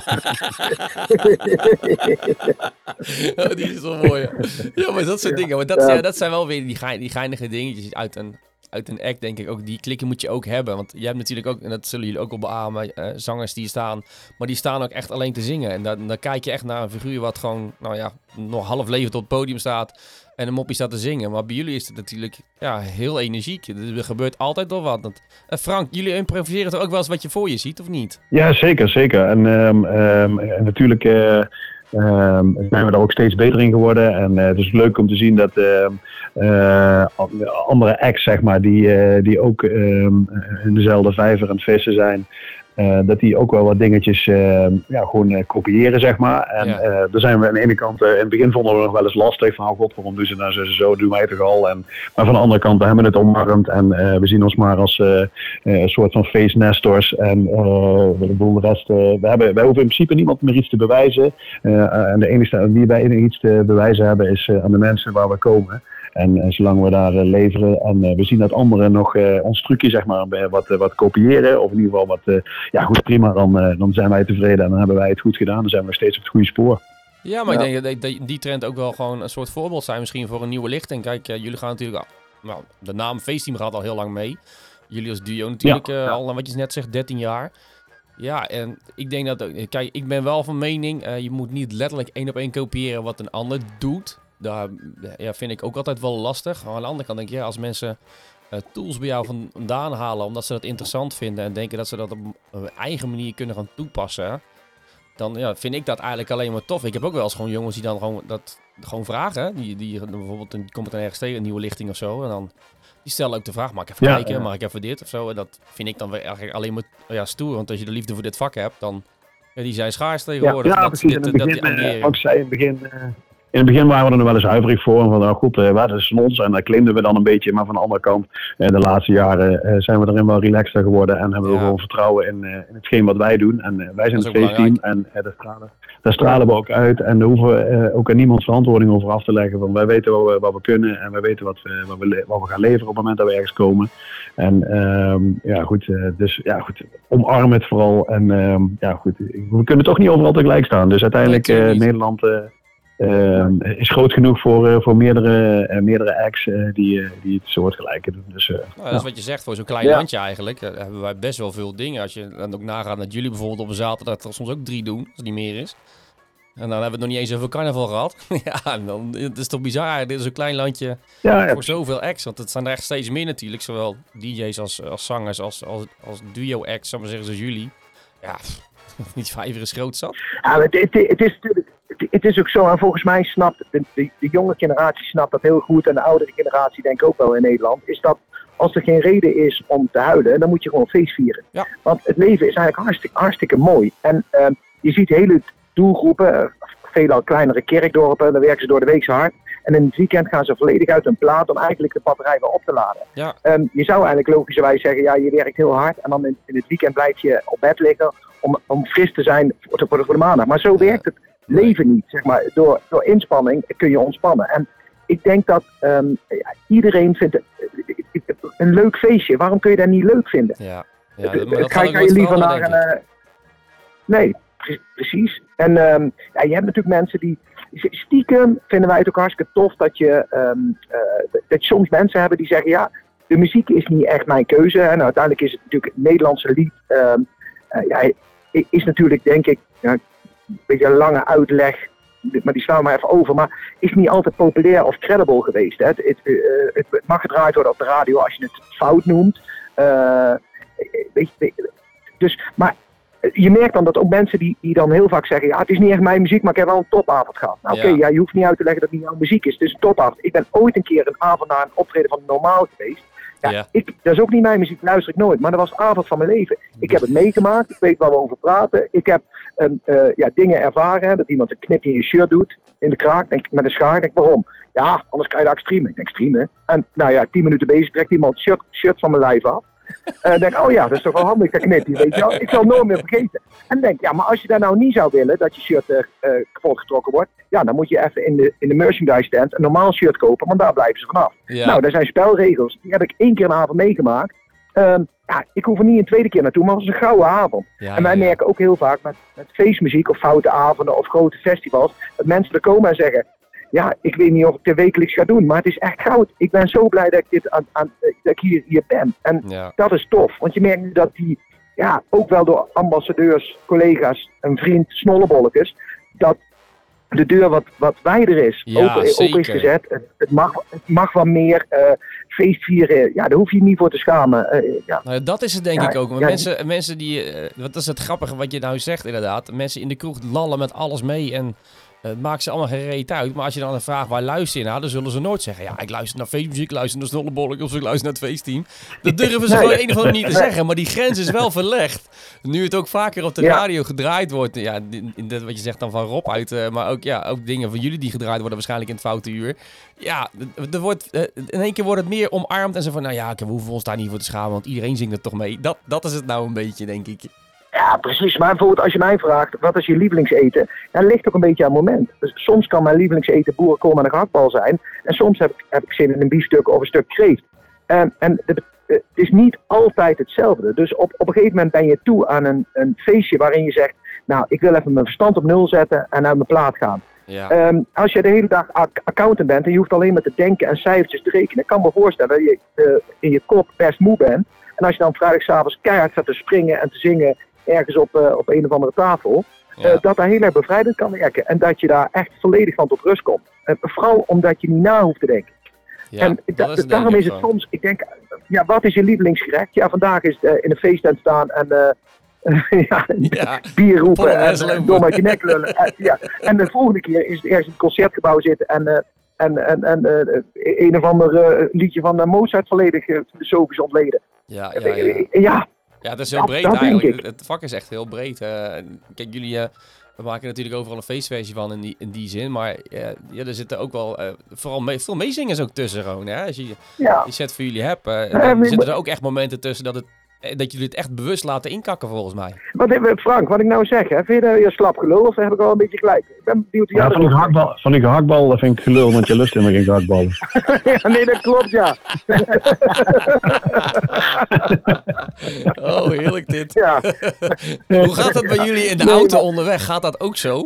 Oh, die is wel mooi, ja. Ja, maar dat soort dingen. Maar dat, Ja. ja, dat zijn wel weer die, gein, die geinige dingetjes uit een... Uit een act denk ik ook, die klikken moet je ook hebben. Want je hebt natuurlijk ook, en dat zullen jullie ook wel beamen, uh, zangers die staan, maar die staan ook echt alleen te zingen. En dan, dan kijk je echt naar een figuur wat gewoon, nou ja, nog half levend op het podium staat en een moppie staat te zingen. Maar bij jullie is het natuurlijk, ja, heel energiek. Er gebeurt altijd wel wat. Dat, uh, Frank, jullie improviseren toch ook wel eens wat je voor je ziet, of niet? Ja, zeker, zeker. En, um, um, en natuurlijk uh, um, zijn we daar ook steeds beter in geworden. En uh, het is leuk om te zien dat uh, uh, andere acts, zeg maar, die, uh, die ook um, in dezelfde vijver aan het vissen zijn, Uh, dat die ook wel wat dingetjes uh, ja, gewoon uh, kopiëren, zeg maar. En Ja. uh, daar zijn we aan de ene kant, uh, in het begin vonden we nog wel eens lastig van, oh god, waarom doen ze nou zo, zo doen wij toch al. En, maar van de andere kant, we hebben het omarmd en uh, we zien ons maar als uh, uh, een soort van face nestors. En uh, ik bedoel, de rest, uh, we, hebben, wij hoeven in principe niemand meer iets te bewijzen. Uh, en de enige aan wie wij iets te bewijzen hebben is uh, aan de mensen waar we komen. En uh, zolang we daar uh, leveren en uh, we zien dat anderen nog uh, ons trucje, zeg maar, wat, uh, wat kopiëren, of in ieder geval wat, uh, ja goed, prima, dan, uh, dan zijn wij tevreden en dan hebben wij het goed gedaan. Dan zijn we nog steeds op het goede spoor. Ja, maar Ja. ik denk dat die trend ook wel gewoon een soort voorbeeld zijn misschien voor een nieuwe lichting. Kijk, uh, jullie gaan natuurlijk al, nou, de naam Feestteam gaat al heel lang mee. Jullie als duo natuurlijk Ja, uh, ja. al, wat je net zegt, dertien jaar. Ja, en ik denk dat, ook- kijk, ik ben wel van mening, uh, je moet niet letterlijk één op één kopiëren wat een ander doet. Daar ja, vind ik ook altijd wel lastig. Maar aan de andere kant denk ik, ja, als mensen uh, tools bij jou vandaan halen omdat ze dat interessant vinden en denken dat ze dat op een eigen manier kunnen gaan toepassen, dan ja, vind ik dat eigenlijk alleen maar tof. Ik heb ook wel eens gewoon jongens die dan gewoon dat gewoon vragen. Hè? Die, die bijvoorbeeld een, komt er ergens tegen, een nieuwe lichting of zo. En dan die stellen ook de vraag, mag ik even Ja, kijken, ja. mag ik even dit of zo. En dat vind ik dan weer eigenlijk alleen maar ja, stoer. Want als je de liefde voor dit vak hebt, dan ja, die zijn schaars tegenwoordig. ja, dat, precies. dit, In dat, het die begin, uh, ambiëren. wat ik zei, in het begin, uh, in het begin waren we er nog wel eens huiverig voor. Van, nou goed, uh, wat is van ons? En daar claimden we dan een beetje. Maar van de andere kant, uh, de laatste jaren uh, zijn we erin wel relaxter geworden. En hebben we Ja. gewoon vertrouwen in, uh, in hetgeen wat wij doen. En uh, wij zijn Dat het is ook feestteam. En uh, daar, stralen, daar stralen we ook uit. En daar hoeven we uh, ook aan niemand verantwoording over af te leggen. Want wij weten wat we, wat we kunnen. En wij weten wat we, wat, we, le- wat we gaan leveren op het moment dat we ergens komen. En um, ja, goed. Uh, dus ja, goed. Omarm het vooral. En um, ja, goed. We kunnen toch niet overal tegelijk staan. Dus uiteindelijk Nee, uh, tuurlijk niet. Nederland uh, uh, is groot genoeg voor, uh, voor meerdere, uh, meerdere acts uh, die, uh, die het soortgelijke doen. Dus, uh, Nou, dat is wat je zegt, voor zo'n klein Ja. landje eigenlijk. uh, hebben wij best wel veel dingen. Als je dan ook nagaat dat jullie bijvoorbeeld op een zaterdag er soms ook drie doen, als het niet meer is. En dan hebben we het nog niet eens over carnaval gehad. Ja, en dan het is toch bizar. Dit is een klein landje ja, ja, voor zoveel acts. Want het zijn er echt steeds meer natuurlijk. Zowel D J's als, als zangers, als, als, als duo-acts, zou ik maar zeggen, zoals jullie. Ja, pff, niet vijver is groot zat. Ja, het, het, het, is, natuurlijk- het, het is ook zo, en volgens mij snapt de, de, de jonge generatie snapt dat heel goed, en de oudere generatie denk ik ook wel in Nederland, is dat als er geen reden is om te huilen, dan moet je gewoon feest vieren. Ja. Want het leven is eigenlijk hartstikke, hartstikke mooi. En uh, je ziet hele doelgroepen, uh, veelal kleinere kerkdorpen, dan werken ze door de week zo hard. En in het weekend gaan ze volledig uit hun plaat om eigenlijk de batterij weer op te laden. Ja. Um, je zou eigenlijk logischerwijs zeggen, ja, je werkt heel hard en dan in, in het weekend blijf je op bed liggen om, om fris te zijn voor de, voor de, voor de maandag. Maar zo werkt het leven niet, zeg maar. Door, door inspanning kun je ontspannen. En ik denk dat um, ja, iedereen vindt het, een leuk feestje. Waarom kun je dat niet leuk vinden? Ja, ja Het- dat, maar dat ga, gaat ook ga je nooit liever veranderen, naar denk een... ik. uh, nee, pre- precies. En um, ja, je hebt natuurlijk mensen die, stiekem vinden wij het ook hartstikke tof dat je, um, uh, dat je soms mensen hebben die zeggen, ja, de muziek is niet echt mijn keuze. En nou, uiteindelijk is het natuurlijk het Nederlandse lied, um, uh, ja, is natuurlijk denk ik, ja, een beetje een lange uitleg, maar die slaan we maar even over, maar is niet altijd populair of credible geweest. Hè? Het, het, uh, het, het mag gedraaid worden op de radio als je het fout noemt. Uh, weet je, dus, maar je merkt dan dat ook mensen die, die dan heel vaak zeggen, ja, het is niet echt mijn muziek, maar ik heb wel een topavond gehad. Nou oké, okay, ja. ja, je hoeft niet uit te leggen dat het niet jouw muziek is. Het is een topavond. Ik ben ooit een keer een avond na een optreden van Normaal geweest. Ja, ja. Ik, dat is ook niet mijn muziek, luister ik nooit. Maar dat was de avond van mijn leven. Ik heb het meegemaakt, ik weet waar we over praten. Ik heb um, uh, ja, dingen ervaren, hè, dat iemand een knip in je shirt doet, in de kraak, denk, met een schaar. Denk, waarom? Ja, anders kan je daar streamen. Ik denk, streamen? En nou ja, tien minuten bezig, trekt iemand het shirt, shirt van mijn lijf af. En uh, denk, oh ja, dat is toch wel handig, dat knip, weet je wel. Ik zal het nooit meer vergeten. En denk, ja, maar als je daar nou niet zou willen, dat je shirt uh, uh, kapot getrokken wordt, ja, dan moet je even in de, in de merchandise stand een normaal shirt kopen, want daar blijven ze vanaf. Ja. Nou, daar zijn spelregels. Die heb ik één keer een avond meegemaakt. Um, ja, ik hoef er niet een tweede keer naartoe, maar het was een gouden avond. Ja, en wij ja, ja. merken ook heel vaak met, met feestmuziek of foute avonden of grote festivals, dat mensen er komen en zeggen, ja, ik weet niet of ik dit wekelijks ga doen, maar het is echt goud. Ik ben zo blij dat ik, dit aan, aan, dat ik hier, hier ben. En ja. dat is tof, want je merkt nu dat die, ja, ook wel door ambassadeurs, collega's, een vriend, snollebolletjes, dat de deur wat, wat wijder is, ja, open, open is gezet. Het, het, mag, het mag wat meer uh, feestvieren. Ja, daar hoef je je niet voor te schamen. Uh, ja. Nou, dat is het denk ja, ik ook. Maar ja, mensen, mensen die, uh, wat is het grappige wat je nou zegt inderdaad. Mensen in de kroeg lallen met alles mee en het uh, maakt ze allemaal geen reet uit. Maar als je dan een vraagt waar luister je naar, dan zullen ze nooit zeggen, ja, ik luister naar feestmuziek, ik luister naar Snollebolletjes of ik luister naar het feestteam. Dat durven ze nee. gewoon een of andere niet te zeggen. Maar die grens is wel verlegd. Nu het ook vaker op de ja. radio gedraaid wordt. Ja, in dit wat je zegt dan van Rob uit. Uh, maar ook, ja, ook dingen van jullie die gedraaid worden waarschijnlijk in het foute uur. Ja, er wordt, uh, in één keer wordt het meer omarmd. En zo van, nou ja, we hoeven ons daar niet voor te schamen. Want iedereen zingt er toch mee. Dat, dat is het nou een beetje, denk ik. Ja, precies. Maar bijvoorbeeld als je mij vraagt, wat is je lievelingseten? Ja, dat ligt ook een beetje aan het moment. Dus soms kan mijn lievelingseten boerenkool met een gehaktbal zijn. En soms heb ik, heb ik zin in een biefstuk of een stuk kreeft. En, en het, het is niet altijd hetzelfde. Dus op, op een gegeven moment ben je toe aan een, een feestje waarin je zegt, nou, ik wil even mijn verstand op nul zetten en naar mijn plaat gaan. Ja. Um, als je de hele dag accountant bent en je hoeft alleen maar te denken en cijfertjes te rekenen, ik kan me voorstellen dat je uh, in je kop best moe bent. En als je dan vrijdagavond keihard gaat te springen en te zingen ergens op, uh, op een of andere tafel, ja. uh, dat dat heel erg bevrijdend kan werken. En dat je daar echt volledig van tot rust komt. Uh, vooral omdat je niet na hoeft te denken. Ja, en da- is daarom is het van. soms, ik denk, ja, wat is je lievelingsgerecht? Ja, vandaag is uh, in een feesttent staan en uh, uh, ja, ja. bier roepen en uh, door met je nek lullen. uh, ja. En de volgende keer is het ergens in het concertgebouw zitten en, uh, en, en, en uh, een of ander uh, liedje van uh, Mozart volledig uh, filosofisch ontleden. Ja, ja, ja. Uh, ja. Ja, dat is heel breed dat, dat eigenlijk. Het vak is echt heel breed. Uh, kijk, jullie, uh, we maken natuurlijk overal een feestversie van in die, in die zin. Maar uh, ja, er zitten ook wel, uh, vooral mee, veel meezingers ook tussen gewoon. Hè? Als je ja. die set voor jullie hebt, uh, uh, dan zitten er ook echt momenten tussen dat, het, dat jullie het echt bewust laten inkakken volgens mij. Wat, Frank, wat ik nou zeg, hè? Vind je dat je slap gelul of heb ik al een beetje gelijk? Ik ben benieuwd. Ja, van die gehaktbal, van die gehaktbal vind ik gelul, want je lust helemaal geen gehaktballen. Ja, nee, dat klopt, ja. Oh, heerlijk dit. Ja. Hoe gaat dat bij jullie in de auto onderweg? Gaat dat ook zo?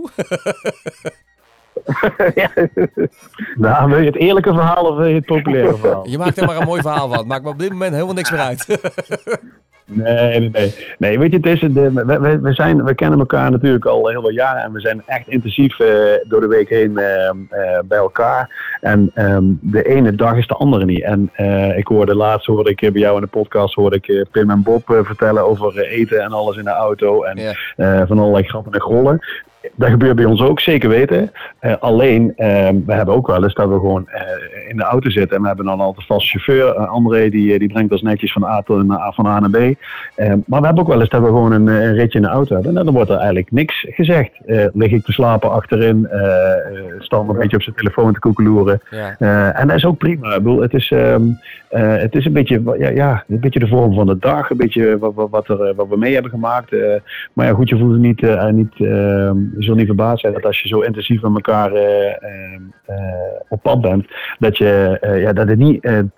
Ja. Nou, wil je het eerlijke verhaal of wil je het populaire verhaal? Je maakt er maar een mooi verhaal van. Het maakt me op dit moment helemaal niks meer uit. Nee, nee, nee. Nee, weet je, het is, de, we, we, we, zijn, we kennen elkaar natuurlijk al heel wat jaren en we zijn echt intensief uh, door de week heen uh, uh, bij elkaar. En um, de ene dag is de andere niet. En uh, ik hoorde laatst, hoorde ik bij jou in de podcast, hoorde ik uh, Pim en Bob uh, vertellen over uh, eten en alles in de auto en yeah. uh, van allerlei grappen en grollen. Dat gebeurt bij ons ook, zeker weten. Uh, alleen, uh, we hebben ook wel eens dat we gewoon uh, in de auto zitten en we hebben dan altijd vast chauffeur. Uh, André, die, die brengt ons netjes van A, tot, uh, van A naar B. Uh, maar we hebben ook wel eens dat we gewoon een, een ritje in de auto hebben. En dan wordt er eigenlijk niks gezegd. Uh, lig ik te slapen achterin, uh, uh, stand een beetje op zijn telefoon te koekeloeren. Ja. Uh, en dat is ook prima. Ik bedoel, het is, um, uh, het is een beetje, ja, ja, een beetje de vorm van de dag, een beetje wat, wat, wat, er, wat we mee hebben gemaakt. Uh, maar ja, goed, je voelt het niet... Uh, niet uh, je zult niet verbaasd zijn dat als je zo intensief met elkaar uh, uh, uh, op pad bent, dat, je, uh, ja, dat het niet uh,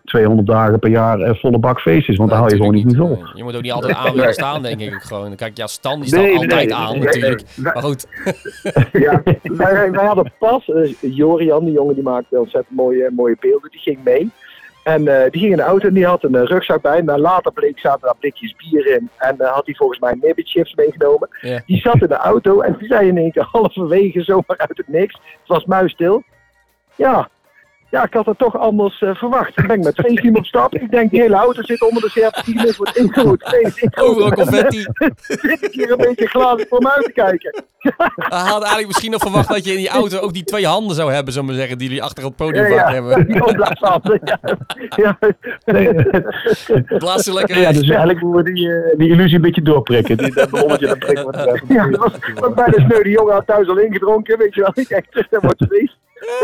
tweehonderd dagen per jaar uh, volle bak feest is. Want Nee, daar hou je gewoon niet natuurlijk meer vol. Nee. Je moet ook niet altijd aan willen staan, denk ik ook gewoon. Kijk, ja, Stan die staat Nee, nee, altijd nee, aan nee, natuurlijk. nee. Maar goed. Ja, wij, wij hadden pas, uh, Jorian, die jongen die maakte ontzettend mooie, mooie beelden, die ging mee. En uh, die ging in de auto en die had een uh, rugzak bij. Maar later bleek zaten daar blikjes bier in. En uh, had hij volgens mij nibberchips meegenomen. Ja. Die zat in de auto en die zei in één keer halverwege zomaar uit het niks. Het was muisstil. Ja, ja, ik had het toch anders uh, verwacht. Ik ben met twee team op stap. Ik denk die hele auto zit onder de serpentine. Het wordt één groot feest. Overal confetti. Zit ik hier een beetje glazen voor me uit te kijken. Hij had eigenlijk misschien nog verwacht dat je in die auto ook die twee handen zou hebben, zullen we maar zeggen, die jullie achter op het podium Ja, ja. hebben. Die opblaashanden. Ja. Ja. Blaas ze lekker Ja, weg. dus eigenlijk moeten we die, uh, die illusie een beetje doorprikken. Die, dat ballonnetje, dat prikken we het Ja, dat was, was bij de sneu. Die jongen had thuis al ingedronken, weet je wel. Ik denk, terug, dat wordt feest.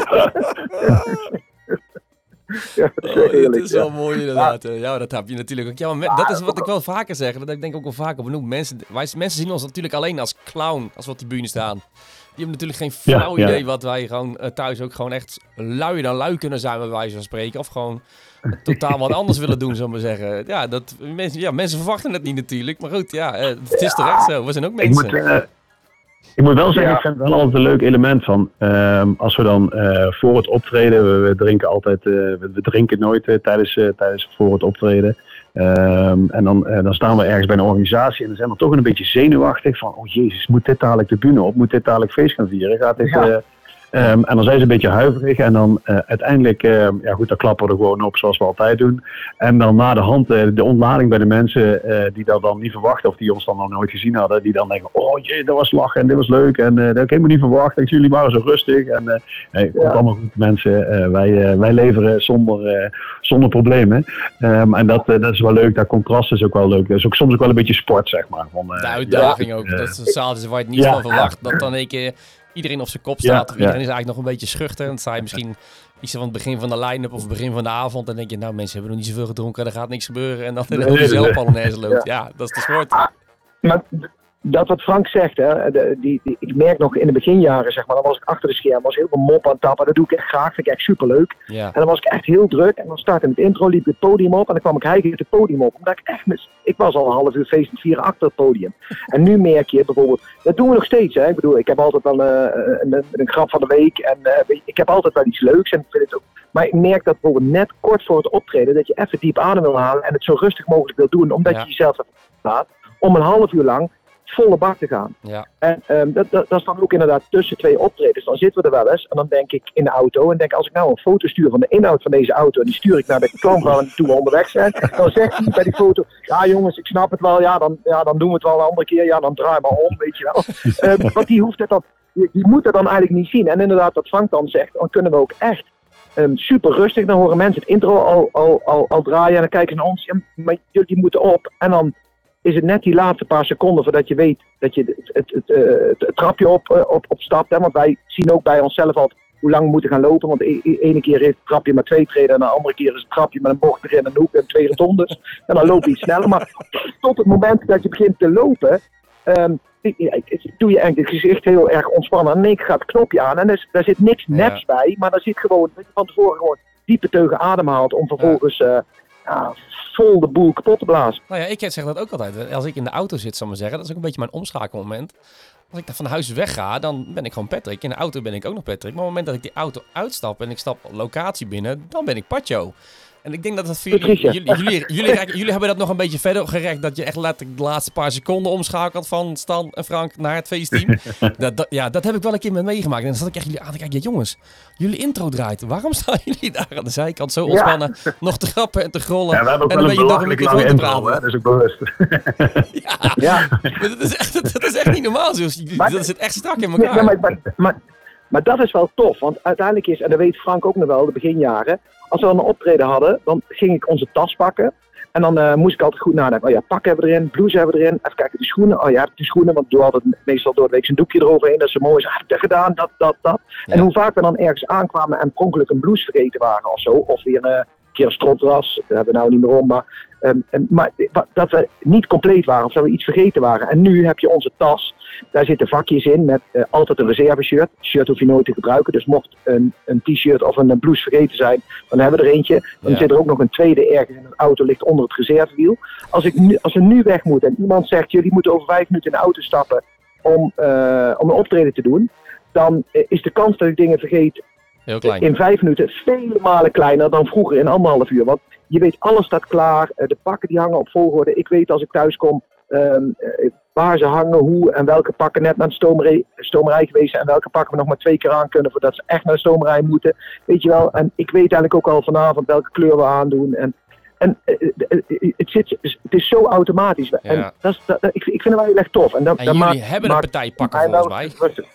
Ja, dat is Oh, heerlijk. dat is wel ja. mooi inderdaad. eh. Ja, dat heb je natuurlijk ook. Ja, maar me- dat is wat ik wel vaker zeg. Dat heb ik denk ik ook wel vaker benoemd. Mensen, wij, mensen zien ons natuurlijk alleen als clown als we op die bühne staan. Die hebben natuurlijk geen flauw Ja, ja. idee wat wij gewoon uh, thuis ook gewoon echt lui dan lui kunnen zijn, bij wijze van spreken. Of gewoon totaal wat anders willen doen, zullen we maar zeggen. Ja, dat, mensen, ja, mensen verwachten het niet natuurlijk. Maar goed, ja, uh, het is terecht zo. We zijn ook Ik mensen. moet, uh, ik moet wel zeggen, Ja. ik vind het wel altijd een leuk element van. Uh, als we dan uh, voor het optreden, we, we drinken altijd, uh, we, we drinken nooit uh, tijdens, uh, tijdens voor het optreden. Um, en dan, uh, dan staan we ergens bij een organisatie en dan zijn we toch een beetje zenuwachtig van, oh jezus, moet dit dadelijk de bühne op? Moet dit dadelijk feest gaan vieren? Gaat dit, Ja. uh, Um, en dan zijn ze een beetje huiverig en dan uh, uiteindelijk, uh, ja goed, dan klappen we er gewoon op zoals we altijd doen. En dan na de hand uh, de ontlading bij de mensen uh, die dat dan niet verwachten of die ons dan nog nooit gezien hadden. Die dan denken, oh jee, dat was lachen en dit was leuk en uh, dat heb ik helemaal niet verwacht. En jullie waren zo rustig en uh, hey, komt Ja. allemaal goed mensen. Uh, wij, uh, wij leveren zonder, uh, zonder problemen. Um, en dat, uh, dat is wel leuk, dat contrast is ook wel leuk. Dat is ook soms ook wel een beetje sport, zeg maar. Van, uh, De uitdaging ja, ook. uh, Dat is een zaaltje waar je het niet ja, van verwacht. Dat dan een keer iedereen op zijn kop Ja, staat. Of iedereen ja. is eigenlijk nog een beetje schuchter. Dan sta je misschien iets van het begin van de line-up of het begin van de avond. Dan denk je, nou mensen hebben nog niet zoveel gedronken. Er gaat niks gebeuren. En dan de Nee, hele nee, zelf nee. Polonaise loopt. Ja, dat is de sport. Maar dat wat Frank zegt, hè, de, die, die, ik merk nog in de beginjaren, zeg maar, dan was ik achter de scherm, was heel veel mop aan het tappen. Dat doe ik echt graag, vind ik echt superleuk. Ja. En dan was ik echt heel druk. En dan startte in het intro, liep ik het podium op en dan kwam ik hijgend het podium op. Omdat ik echt, mis, ik was al een half uur feest vieren achter het podium. En nu merk je bijvoorbeeld, dat doen we nog steeds. Hè. Ik bedoel, ik heb altijd wel uh, een, een, een grap van de week en uh, weet je, ik heb altijd wel iets leuks. En ik vind het ook, maar ik merk dat bijvoorbeeld net kort voor het optreden, dat je even diep adem wil halen en het zo rustig mogelijk wil doen. Omdat Ja. je jezelf even laat om een half uur lang volle bak te gaan. Ja. En um, dat, dat, dat is dan ook inderdaad tussen twee optredens. Dan zitten we er wel eens en dan denk ik in de auto en denk als ik nou een foto stuur van de inhoud van deze auto en die stuur ik naar de klantvrouw en toen we onderweg zijn, dan zegt hij bij die foto, ja jongens, ik snap het wel, ja dan, ja, dan doen we het wel een andere keer, ja dan draai maar om, weet je wel. Um, want die hoeft het dan, die, die moet het dan eigenlijk niet zien. En inderdaad, wat Frank dan zegt, dan kunnen we ook echt um, super rustig, dan horen mensen het intro al, al, al, al draaien en dan kijken ze naar ons, ja, maar jullie moeten op en dan is het net die laatste paar seconden voordat je weet dat je het, het, het, het, het trapje op, uh, op, op stapt. Hè? Want wij zien ook bij onszelf al hoe lang we moeten gaan lopen. Want de e- ene keer heeft het trapje maar twee treden en de andere keer is het trapje met een bocht erin en een hoek en twee rotondes. En dan loop je iets sneller. Maar tot het moment dat je begint te lopen, um, doe je eigenlijk het gezicht heel erg ontspannen. En in één keer gaat het knopje aan en er, is, daar zit niks neps Ja. bij. Maar daar zit gewoon dat je van tevoren gewoon diepe teugen adem haalt om vervolgens uh, ja, vol de boel kapot te blazen. Nou ja, ik zeg dat ook altijd. Als ik in de auto zit, zal ik maar zeggen, dat is ook een beetje mijn omschakelmoment. Als ik dan van huis wegga, dan ben ik gewoon Patrick. In de auto ben ik ook nog Patrick. Maar op het moment dat ik die auto uitstap en ik stap locatie binnen, dan ben ik Pacho. En ik denk dat dat voor jullie, Patricia. jullie, jullie, jullie, jullie hebben dat nog een beetje verder gerekt. Dat je echt letterlijk de laatste paar seconden omschakelt van Stan en Frank naar het feestteam. dat, dat, ja, dat heb ik wel een keer met meegemaakt. En dan zat ik echt jullie aan te kijken. Ja, jongens, jullie intro draait. Waarom staan jullie daar aan de zijkant zo ontspannen? Ja. Nog te grappen en te grollen. Ja, we hebben ook en wel dan een ben je nog een belachelijk lange microfoon te intro, praten. hè? Dat is ook bewust. Ja, Ja. maar dat is echt, dat is echt niet normaal. Zoals, Maar- dat zit echt strak in Nee, elkaar. maar, maar, maar, maar dat is wel tof, want uiteindelijk is, en dat weet Frank ook nog wel, de beginjaren, als we dan een optreden hadden, dan ging ik onze tas pakken. En dan uh, moest ik altijd goed nadenken. Oh ja, pakken hebben we erin, blouse hebben we erin. Even kijken, de schoenen. Oh ja, de schoenen, want ik doe altijd meestal door de week een doekje eroverheen. Dat is zo mooi. Zo, heb ik dat gedaan, dat, dat, dat. Ja. En hoe vaak we dan ergens aankwamen en pronkelijk een blouse vergeten waren of zo. Of weer uh, keer een stropdas, dat hebben we nou niet meer om. Maar, um, um, maar dat we niet compleet waren of dat we iets vergeten waren. En nu heb je onze tas. Daar zitten vakjes in met uh, altijd een reserve-shirt. Shirt hoef je nooit te gebruiken. Dus mocht een, een t-shirt of een, een blouse vergeten zijn, dan hebben we er eentje. Dan Ja. zit er ook nog een tweede ergens in een auto, ligt onder het reservewiel. Als, ik nu, als we nu weg moeten en iemand zegt, jullie moeten over vijf minuten in de auto stappen om, uh, om een optreden te doen, dan uh, is de kans dat ik dingen vergeet Heel klein. in vijf minuten vele malen kleiner dan vroeger in anderhalf uur. Want je weet, alles staat klaar. Uh, de pakken die hangen op volgorde. Ik weet als ik thuis kom um, uh, waar ze hangen, hoe en welke pakken net naar de stomerij, stomerij geweest zijn en welke pakken we nog maar twee keer aan kunnen voordat ze echt naar de stomerij moeten. Weet je wel, en ik weet eigenlijk ook al vanavond welke kleur we aandoen. En, en uh, uh, het, zit, het is zo automatisch. Ja. En dat is, dat, ik, ik vind het wel heel erg tof. En, dat, En dat jullie maakt, hebben een maakt partij pakken mij volgens wel- mij.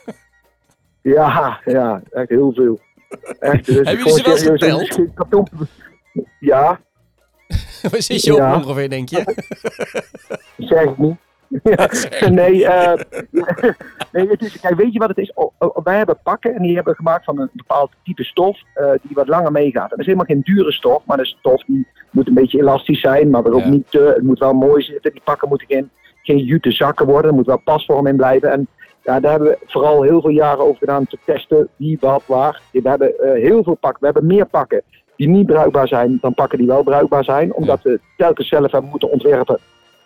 Ja, ja, echt heel veel. Echt, dus Hebben jullie ze wel eens serieus, geteld? het is geen karton- Ja, Waar zit je op Ja. ongeveer, denk je? zeg ik niet. Ja, nee, uh, nee het is, kijk, weet je wat het is? O, o, wij hebben pakken en die hebben we gemaakt van een bepaald type stof uh, die wat langer meegaat. En dat is helemaal geen dure stof, maar de stof die moet een beetje elastisch zijn, maar ook Ja. niet te, het moet wel mooi zitten. Die pakken moeten geen, geen jute zakken worden, er moet wel pasvorm in blijven. En ja, daar hebben we vooral heel veel jaren over gedaan te testen wie, wat, waar. We hebben uh, heel veel pakken, we hebben meer pakken die niet bruikbaar zijn dan pakken die wel bruikbaar zijn, omdat we telkens zelf hebben moeten ontwerpen.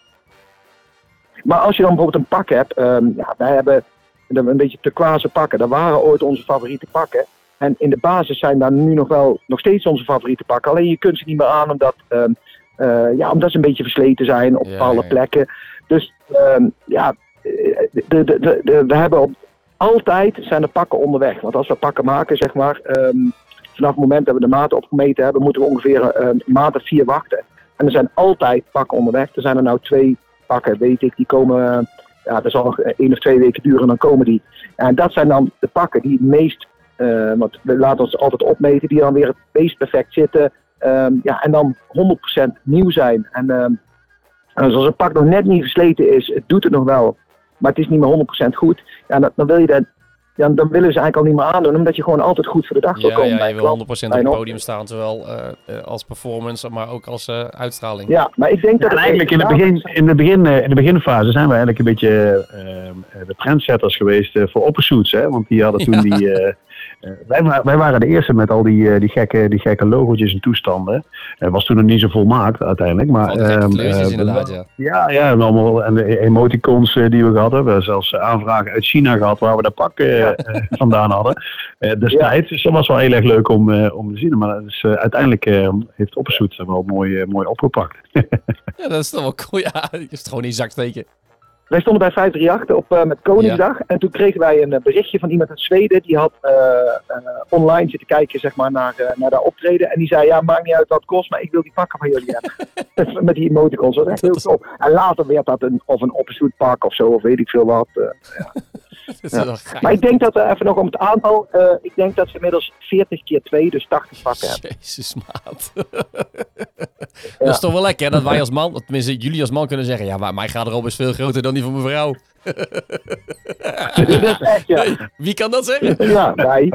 Maar als je dan bijvoorbeeld een pak hebt, um, ja, wij hebben een beetje turquoise pakken. Dat waren ooit onze favoriete pakken. En in de basis zijn daar nu nog wel nog steeds onze favoriete pakken. Alleen je kunt ze niet meer aan omdat, um, uh, ja, omdat ze een beetje versleten zijn op Ja, bepaalde ja. plekken. Dus um, ja, de, de, de, de, we hebben op, altijd zijn er pakken onderweg. Want als we pakken maken, zeg maar, um, vanaf het moment dat we de maten opgemeten hebben, moeten we ongeveer uh, een maand of vier wachten. En er zijn altijd pakken onderweg. Er zijn er nou twee pakken, weet ik, die komen, ja, dat zal nog één of twee weken duren en dan komen die. En dat zijn dan de pakken die het meest, uh, want we laten ons altijd opmeten, die dan weer het meest perfect zitten. Um, ja, en dan honderd procent nieuw zijn. En um, dus als een pak nog net niet versleten is, het doet het nog wel, maar het is niet meer honderd procent goed. Ja, dan, dan wil je dat, ja, dan willen ze eigenlijk al niet meer aandoen, omdat je gewoon altijd goed voor de dag wil Ja, komen. ja, bij je wil klant, honderd procent op bij het een podium staan, zowel uh, uh, als performance, maar ook als uh, uitstraling. Ja, maar ik denk Ja, dat en het eigenlijk in de, begin, in, de begin, in de beginfase zijn we eigenlijk een beetje uh, de trendsetters geweest uh, voor oppersuits. Hè? Want die hadden toen Ja. die... Uh, uh, wij, wa- wij waren de eerste met al die, uh, die, gekke, die gekke logootjes en toestanden. Het was toen nog niet zo volmaakt uiteindelijk. Maar, Al die gekke um, kleurtjes uh, inderdaad, ja. Ja, ja en, allemaal, en de emoticons uh, die we gehad hebben. We hebben zelfs uh, aanvragen uit China gehad waar we de pak uh, uh, vandaan hadden. Uh, destijds. Dus dat was wel heel erg leuk om, uh, om te zien. Maar dat is, uh, uiteindelijk uh, heeft Oppersuits er wel mooi, uh, mooi opgepakt. Ja, dat is toch wel cool. Ja, je is het gewoon in je zak steken. Wij stonden bij vijf drie acht op, uh, met Koningsdag. En toen kregen wij een uh, berichtje van iemand uit Zweden. Die had uh, uh, online zitten kijken, zeg maar, naar, uh, naar dat optreden. En die zei, ja, maakt niet uit wat het kost, maar ik wil die pakken van jullie hebben. Met die emoticons. Dat was echt heel tof. En later werd dat een, of een oppersuit pak of zo, of weet ik veel wat. Uh, ja. Dat is Ja. wel geinig. Maar ik denk dat, uh, even nog om het aantal, uh, ik denk dat ze inmiddels veertig keer twee, dus tachtig pakken hebben. Jezus, maat. Dat is toch wel lekker, hè, dat wij als man, tenminste jullie als man kunnen zeggen, ja, maar mijn garderobe is veel groter dan die van mijn vrouw. Dat is echt, ja. Wie kan dat zeggen? Ja, wij.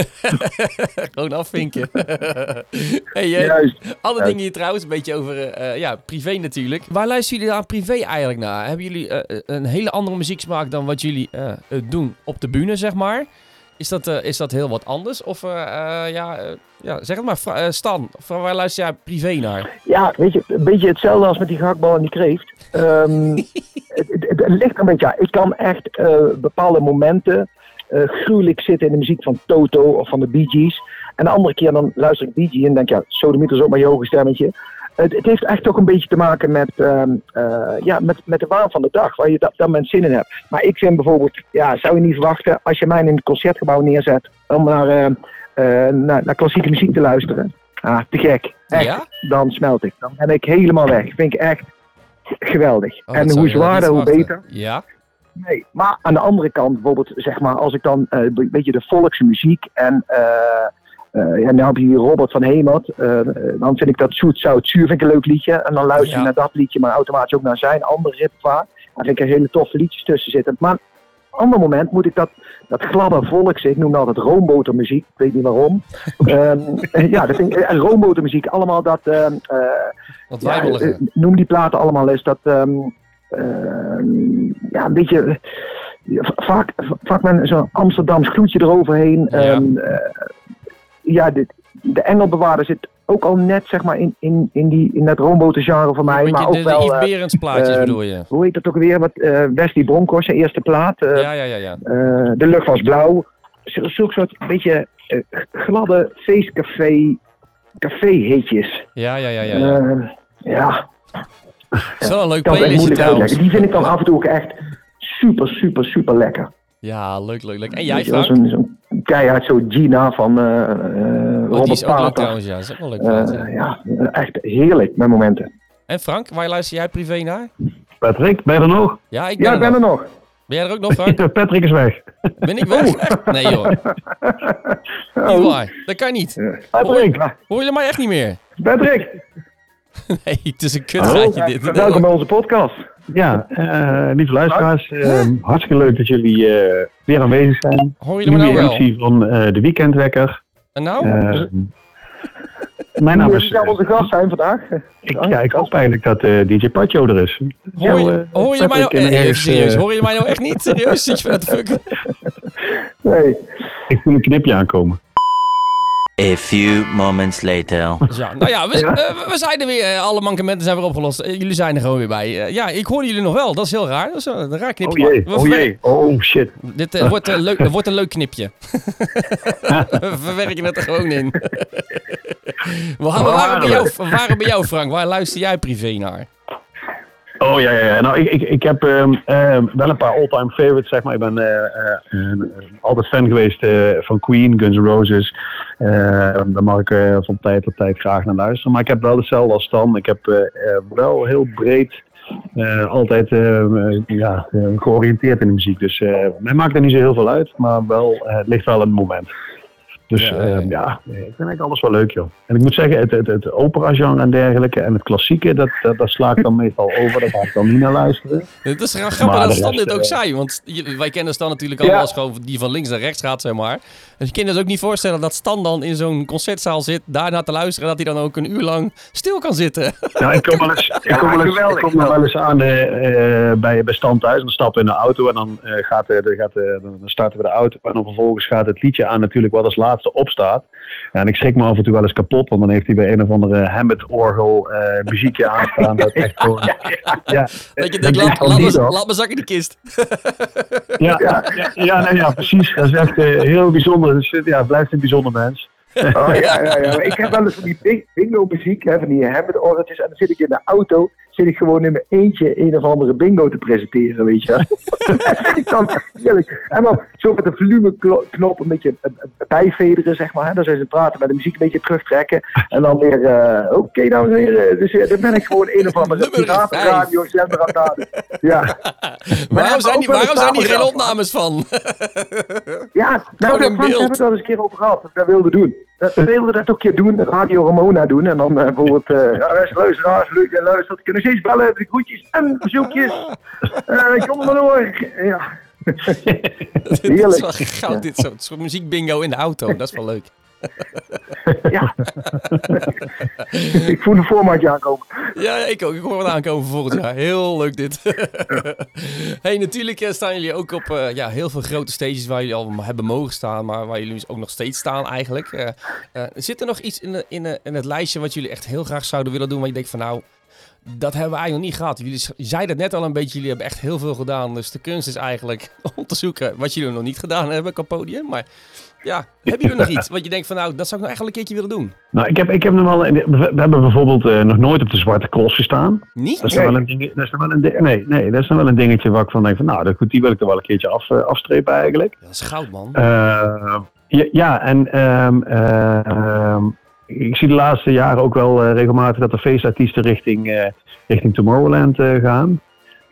Gewoon afvinken. Hey, eh, Juist. alle Ja. dingen hier trouwens, een beetje over uh, ja, privé natuurlijk. Waar luisteren jullie aan privé eigenlijk naar? Hebben jullie uh, een hele andere muzieksmaak dan wat jullie uh, uh, doen op de bühne, zeg maar? Is dat, uh, is dat heel wat anders? Of uh, uh, ja, uh, ja, zeg het maar, Fra- uh, Stan, van waar luister jij privé naar? Ja, weet je, een beetje hetzelfde als met die gehaktbal en die kreeft. Um, het, het, het ligt er een beetje aan. Ik kan echt uh, bepaalde momenten uh, gruwelijk zitten in de muziek van Toto of van de Bee Gees. En de andere keer dan luister ik Bee Gees en denk ja, sodemieters op mijn hoge stemmetje. Het, het heeft echt toch een beetje te maken met, um, uh, ja, met, met de waan van de dag, waar je dat, dat moment zin in hebt. Maar ik vind bijvoorbeeld, ja, zou je niet verwachten als je mij in het concertgebouw neerzet om naar, uh, uh, naar, naar klassieke muziek te luisteren. Ah, te gek. Echt. Ja? Dan smelt ik. Dan ben ik helemaal weg. Vind ik echt geweldig. Oh, en dat zou hoe je wel zwaarder, niet hoe verwachten. beter. Ja? Nee, maar aan de andere kant, bijvoorbeeld, zeg maar, als ik dan uh, een beetje de volkse muziek en uh, uh, ja, nu heb je hier Robert van Hemert, uh, dan vind ik dat Zoet Zout Zuur vind ik een leuk liedje. En dan luister je Ja. naar dat liedje, maar automatisch ook naar zijn andere repertoire. Daar vind ik er hele toffe liedjes tussen zitten. Maar ander moment moet ik dat, dat gladde volks, ik noem dat altijd roombotermuziek, ik weet niet waarom. um, ja, dat vind ik, en roombotermuziek, allemaal dat, um, uh, Wat ja, wijbelige. uh, noem die platen allemaal eens, dat, um, uh, ja, een beetje, uh, vaak, vaak met zo'n Amsterdams gloedje eroverheen. Ja. Um, uh, ja, de, de Engelbewaarder zit ook al net, zeg maar, in, in, in, die, in dat roombotergenre van mij, Weet maar je, ook de, de wel... Yves uh, Berends plaatjes uh, bedoel je? Hoe heet dat ook weer? Wat, uh, Wesley Bronkhorst, zijn eerste plaat. Uh, Ja, ja, ja. ja. uh, de lucht was blauw. Zulke zulke soort beetje uh, gladde feestcafé café-hitjes. Ja, ja, ja, ja. ja. Uh, ja, Het is wel een leuk dat is echt playlistje moeilijk trouwens. uitleggen. Die vind ik dan af en toe ook echt super, super, super lekker. Ja, leuk, leuk, leuk. En jij, Weet je wel, Frank? Zo'n zo'n keihard zo Gina van uh, uh, Oh, die Robert is ook leuk Pater. trouwens, ja. Dat is ook wel leuk. plaat, ja. Uh, ja, echt heerlijk met momenten. En Frank, waar luister jij privé naar? Patrick, ben je er nog? Ja, ik ben, Ja, ik ben er nog. nog. Ben jij er ook nog, Frank? Patrick is weg. Ben ik weg? Echt? Nee, joh. Niet waar. Dat kan niet. Patrick! Hoor je mij echt niet meer? Patrick, Nee, het is een kutgaatje dit. welkom bij onze podcast. Ja, uh, lieve luisteraars, uh, hartstikke leuk dat jullie uh, weer aanwezig zijn. Hoor je me nou Nieuwe wel? M C van uh, de Weekendwekker. En nou? Uh, mijn naam Wie is... zou onze gast zijn vandaag? Ik, ja, ik hoop eigenlijk dat uh, D J Pacho er is. Hoor je, Nou, uh, hoor je mij nou... Patrick en eh, ergens, serieus, uh, hoor je mij nou echt niet? Serieus? Zit je met de fuck? Nee. Ik voel een knipje aankomen. A few moments later. Ja, nou ja, we, uh, we zijn er weer. Uh, alle mankementen zijn weer opgelost. Uh, jullie zijn er gewoon weer bij. Uh, ja, ik hoorde jullie nog wel. Dat is heel raar. Dat is een, een raar knipje. Oh jee, We oh verwer- jee, oh shit. Dit uh, wordt, een leuk, wordt een leuk knipje. We verwerken het er gewoon in. we, we, waren bij jou, we waren bij jou, Frank. Waar luister jij privé naar? Oh ja, ja, ja. Nou, ik, ik, ik heb um, um, wel een paar all-time favorites, zeg maar. Ik ben uh, uh, uh, altijd fan geweest uh, van Queen, Guns N' Roses. Uh, daar mag ik uh, van tijd tot tijd graag naar luisteren. Maar ik heb wel hetzelfde als Stan. Ik heb uh, uh, wel heel breed uh, altijd uh, uh, ja, uh, georiënteerd in de muziek. Dus uh, mij maakt er niet zo heel veel uit, maar wel, uh, het ligt wel in het moment. Dus Ja, ja, ja, ja. uh, ja, ik vind eigenlijk alles wel leuk, joh. En ik moet zeggen, het, het, het opera-genre en dergelijke en het klassieke, dat, dat, dat sla ik dan meestal over. Daar ga ik dan niet naar luisteren. Het is grappig Maar dat de Stan rest, dit ook uh, zei. Want je- wij kennen Stan natuurlijk allemaal Ja. als gewoon die van links naar rechts gaat, zeg maar. Dus je kunt dus ook niet voorstellen dat Stan dan in zo'n concertzaal zit, daarna te luisteren, dat hij dan ook een uur lang stil kan zitten. Nou, ik kom wel eens, ik kom wel eens, ik geweldig. kom nog wel eens aan uh, uh, bij, bij Stan thuis. Dan stappen we in de auto en dan, uh, gaat, uh, de, gaat, uh, dan starten we de auto. En dan vervolgens gaat het liedje aan natuurlijk wat als laatste opstaat. Ja, en ik schrik me af en toe wel eens kapot, want dan heeft hij bij een of andere Hammond-orgel uh, muziekje aanstaan. Dat echt gewoon, ja, Dat je dat denkt, is laat, gewoon laat, niet, me, hoor. laat me zakken die kist. Ja, ja, ja, ja, nee, ja, precies. Dat is echt uh, heel bijzonder. Dus uh, ja, blijft een bijzonder mens. Oh, ja, ja, ja. Ik heb wel eens van die bing- bingo-muziek, hè, van die Hammond-orgeltjes. En dan zit ik in de auto, zit ik gewoon in mijn eentje een of andere bingo te presenteren, weet je. Dat vind ik dan echt heerlijk. En dan zo met de volumeknop een beetje uh, bijvederen, zeg maar. Hè. Dan zijn ze praten met de muziek een beetje terugtrekken. En dan weer, uh, oké, okay, dames en heren. Dus uh, dan ben ik gewoon een of andere Nummer piratenradio-zender aan het laden. Ja. Waarom zijn die, ook wel waarom zijn die geen stapelgeld, opnames van? Ja, nou, Gewoon daar in hebben we beeld. het wel eens een keer over gehad. Dat we dat wilden doen. Dat, we wilden dat ook een keer doen, Radio Ramona doen. En dan uh, bijvoorbeeld, uh, ja, beste luisteraars, leuk en luistert. Kunnen steeds bellen, de groetjes en verzoekjes. Uh, kom maar door. Ja. Dit is Heerlijk. wel goud, dit soort, soort muziekbingo in de auto. Dat is wel leuk. Ja. Ik voel een formatje aankomen. Ja, ik ook. Ik hoor wat aankomen voor volgend jaar. Heel leuk dit. Hey, natuurlijk eh, staan jullie ook op eh, ja, heel veel grote stages waar jullie al hebben mogen staan, maar waar jullie dus ook nog steeds staan eigenlijk. Eh, eh, zit er nog iets in, de, in, de, in het lijstje wat jullie echt heel graag zouden willen doen, waar je denkt van nou, dat hebben we eigenlijk nog niet gehad. Jullie z- zeiden het net al een beetje, jullie hebben echt heel veel gedaan. Dus de kunst is eigenlijk om te zoeken wat jullie nog niet gedaan hebben qua podium. Maar ja, hebben jullie nog iets wat je denkt van nou, dat zou ik nog eigenlijk een keertje willen doen? Nou, ik heb, ik heb nog wel, we hebben bijvoorbeeld uh, nog nooit op de Zwarte Cross gestaan. Niet? Dat is, nog wel een ding, dat is nog wel een ding, nee, nee, dat is nog wel een dingetje waar ik van denk van nou, dat, goed, die wil ik er wel een keertje af, uh, afstrepen eigenlijk. Dat is goud, man. Uh, ja, ja, en um, uh, um, ik zie de laatste jaren ook wel uh, regelmatig dat de feestartiesten richting, uh, richting Tomorrowland uh, gaan.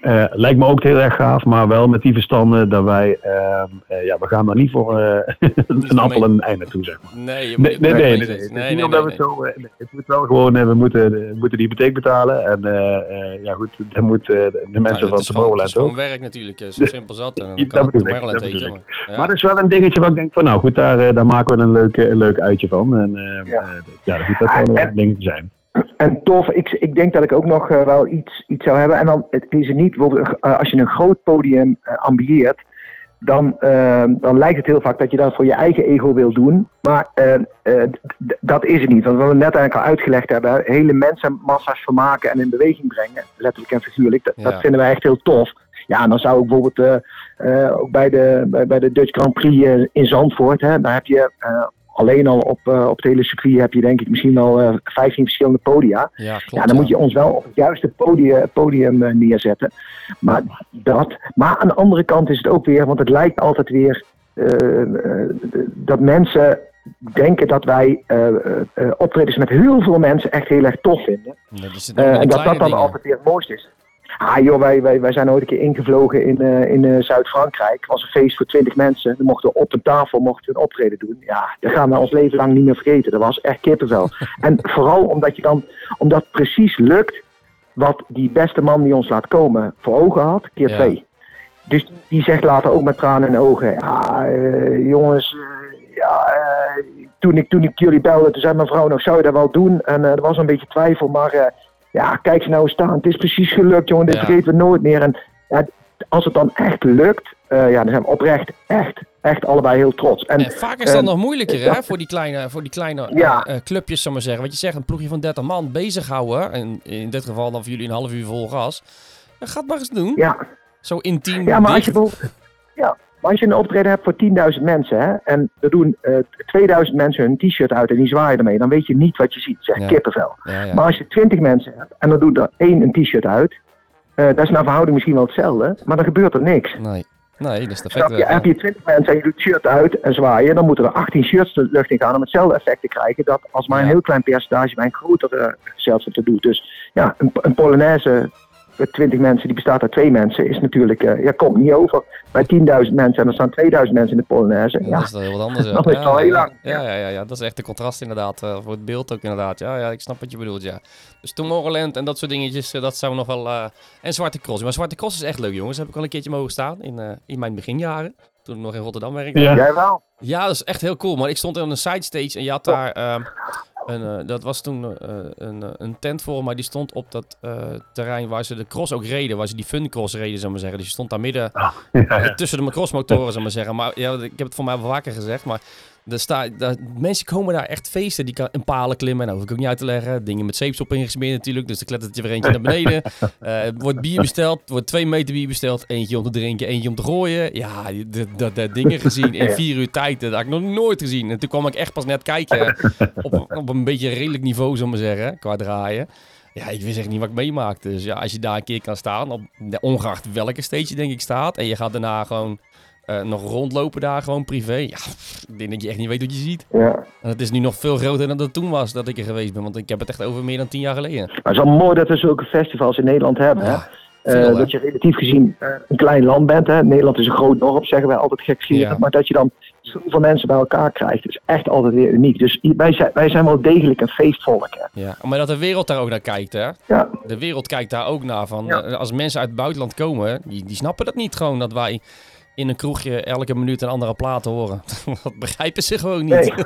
Uh, lijkt me ook heel erg gaaf, maar wel met die verstanden dat wij, uh, uh, ja, we gaan er niet voor uh, een appel en een ei naartoe, zeg maar. Nee, je nee, moet nee, nee, nee, nee, nee. nee, Het nee, is niet nee, omdat nee, we zo, uh, nee, het moet wel gewoon, uh, we moeten, uh, we moeten die hypotheek betalen en uh, uh, ja goed, dan moeten uh, de mensen nou, van Tomorrowland ook. Het is gewoon werk natuurlijk, zo Dus, simpel zat. En dan dat kan het bedoel ik, Tomorrowland dat eten. bedoel Maar, ja. Maar dat is wel een dingetje waar ik denk van, nou goed, daar, uh, daar maken we een leuk, een leuk uitje van. En uh, Ja. uh, ja, dat moet dat wel een dingetje zijn. En tof, ik, ik denk dat ik ook nog uh, wel iets, iets zou hebben. En dan het is het niet, bijvoorbeeld, uh, als je een groot podium uh, ambieert, dan, uh, dan lijkt het heel vaak dat je dat voor je eigen ego wil doen. Maar uh, uh, d- dat is het niet. Want wat we net eigenlijk al uitgelegd hebben, hele mensenmassa's vermaken en in beweging brengen, letterlijk en figuurlijk, dat, Ja. dat vinden wij echt heel tof. Ja, en dan zou ik bijvoorbeeld uh, uh, ook bij de, bij, bij de Dutch Grand Prix uh, in Zandvoort, hè, daar heb je... Uh, Alleen al op, uh, op het hele circuit heb je denk ik misschien wel uh, vijftien verschillende podia. Ja, klopt. Ja, dan moet je ons wel op het juiste podium, podium uh, neerzetten. Maar dat. Maar aan de andere kant is het ook weer, want het lijkt altijd weer uh, uh, dat mensen denken dat wij uh, uh, optredens met heel veel mensen echt heel erg tof vinden. Ja, dus het Uh, met de en dat dat kleine dan dingen. altijd weer het mooiste is. Ah joh, wij, wij, wij zijn ooit een keer ingevlogen in, uh, in uh, Zuid-Frankrijk. Het was een feest voor twintig mensen. We mochten op een tafel mochten we een optreden doen. Ja, dat gaan we ons leven lang niet meer vergeten. Dat was echt kippenvel. En vooral omdat je dan, omdat het precies lukt wat die beste man die ons laat komen voor ogen had, keer Ja. twee. Dus die zegt later ook met tranen in de ogen. Ja, uh, jongens, uh, ja, uh, toen, ik, toen ik jullie belde, toen zei mijn vrouw nog, zou je dat wel doen? En uh, er was een beetje twijfel, maar... Uh, Ja, kijk ze nou staan. Het is precies gelukt, jongen. Dit Ja. vergeten we nooit meer. En ja, als het dan echt lukt, uh, ja, dan zijn we oprecht echt, echt allebei heel trots. En, En vaak is dat uh, nog moeilijker, hè, voor die kleine, voor die kleine Ja. uh, uh, clubjes, zal maar zeggen. Wat je zegt, een ploegje van dertig man bezighouden. En in dit geval dan voor jullie een half uur vol gas. Dat gaat maar eens doen. Ja, Zo intiem. ja, maar als je, dicht. bijvoorbeeld- ja, maar als je een optreden hebt voor tienduizend mensen, hè, en er doen uh, tweeduizend mensen hun t-shirt uit en die zwaaien ermee, dan weet je niet wat je ziet. Zeg, Ja. kippenvel. Ja, ja. Maar als je twintig mensen hebt en dan doet er één een t-shirt uit, uh, dat is naar verhouding misschien wel hetzelfde, maar dan gebeurt er niks. Nee. Nee, dat is de Snap vet. je, heb je twintig mensen en je doet het shirt uit en zwaaien, dan moeten er achttien shirts de lucht in gaan om hetzelfde effect te krijgen. Dat als maar een Ja. heel klein percentage bij een groter uh, gezelschap te doet. Dus ja, een, een Polonaise met twintig mensen, die bestaat uit twee mensen, is natuurlijk, uh, ja, komt niet over. Bij tienduizend mensen en er staan tweeduizend mensen in de Polonaise. Ja, Ja, dat is wel heel wat anders. Ja. Dan is het al heel lang. Ja, ja, ja, ja, dat is echt de contrast inderdaad. uh, voor het beeld ook inderdaad. Ja, ja, ik snap wat je bedoelt, ja. Dus Tomorrowland en dat soort dingetjes, uh, dat zou nog wel... Uh, en Zwarte Cross. Maar Zwarte Cross is echt leuk, jongens. Heb ik al een keertje mogen staan in, uh, in mijn beginjaren. Toen ik nog in Rotterdam werkte. Ja. Jij wel? Ja, dat is echt heel cool. Maar ik stond in een sidestage en je had daar... ehm, een, uh, dat was toen uh, een, uh, een tent voor, maar die stond op dat uh, terrein waar ze de cross ook reden. Waar ze die fun cross reden, zou ik maar zeggen. Dus je stond daar midden Ja, ja. uh, tussen de crossmotoren, zou ik maar zeggen. Maar ja, ik heb het voor mij wel vaker gezegd, maar... Er sta, daar, mensen komen daar echt feesten. Die kan in palen klimmen. Nou, hoef ik ook niet uit te leggen. Dingen met zeepsop ingesmeerd natuurlijk. Dus dan klettert je weer eentje naar beneden. Uh, er wordt bier besteld. Er wordt twee meter bier besteld. Eentje om te drinken, eentje om te gooien. Ja, dat, dat, dat dingen gezien in vier uur tijd. Dat had ik nog nooit gezien. En toen kwam ik echt pas net kijken. Op, op een beetje redelijk niveau, zullen we maar zeggen. Qua draaien. Ja, ik wist echt niet wat ik meemaakte. Dus ja, als je daar een keer kan staan. Op, ongeacht welke stage je denk ik staat. En je gaat daarna gewoon... Uh, nog rondlopen daar, gewoon privé. Ja, pff, ik denk dat je echt niet weet wat je ziet. Ja. En het is nu nog veel groter dan dat toen was dat ik er geweest ben. Want ik heb het echt over meer dan tien jaar geleden. Maar het is wel mooi dat we zulke festivals in Nederland hebben. Ja, hè? veel, Uh, hè? dat je relatief gezien uh, een klein land bent. Hè? Nederland is een groot dorp, zeggen wij altijd gekscherend. Ja. Maar dat je dan zoveel mensen bij elkaar krijgt, is echt altijd weer uniek. Dus wij zijn, wij zijn wel degelijk een feestvolk. Hè? Ja, maar dat de wereld daar ook naar kijkt, hè. Ja. De wereld kijkt daar ook naar. Van, Ja. uh, als mensen uit het buitenland komen, die, die snappen dat niet gewoon. Dat wij in een kroegje elke minuut een andere plaat horen. Dat begrijpen ze gewoon niet. Nee.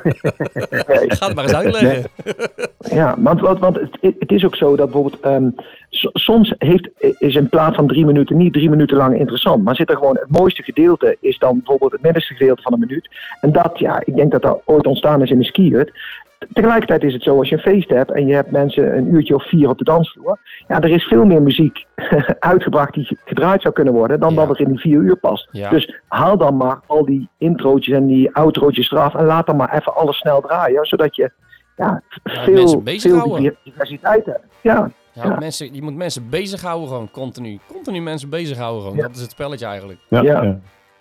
Nee. Ga het maar eens uitleggen. Ja, want, want, want het, het is ook zo dat bijvoorbeeld... Um, so- soms heeft, is een plaat van drie minuten niet drie minuten lang interessant. Maar zit er gewoon het mooiste gedeelte is dan bijvoorbeeld het middenste gedeelte van een minuut. En dat, ja, ik denk dat dat ooit ontstaan is in de skihut. Tegelijkertijd is het zo, als je een feest hebt en je hebt mensen een uurtje of vier op de dansvloer. Ja, er is veel meer muziek uitgebracht die gedraaid zou kunnen worden dan Ja. dat er in die vier uur past. Ja. Dus haal dan maar al die introotjes en die outrootjes eraf en laat dan maar even alles snel draaien. Zodat je ja, Ja, veel, mensen bezighouden. veel diversiteit hebt. Ja, Ja, Ja. Mensen, je moet mensen bezighouden gewoon, continu. Continu mensen bezighouden gewoon. Ja. Dat is het spelletje eigenlijk. Ja, Ja. ja.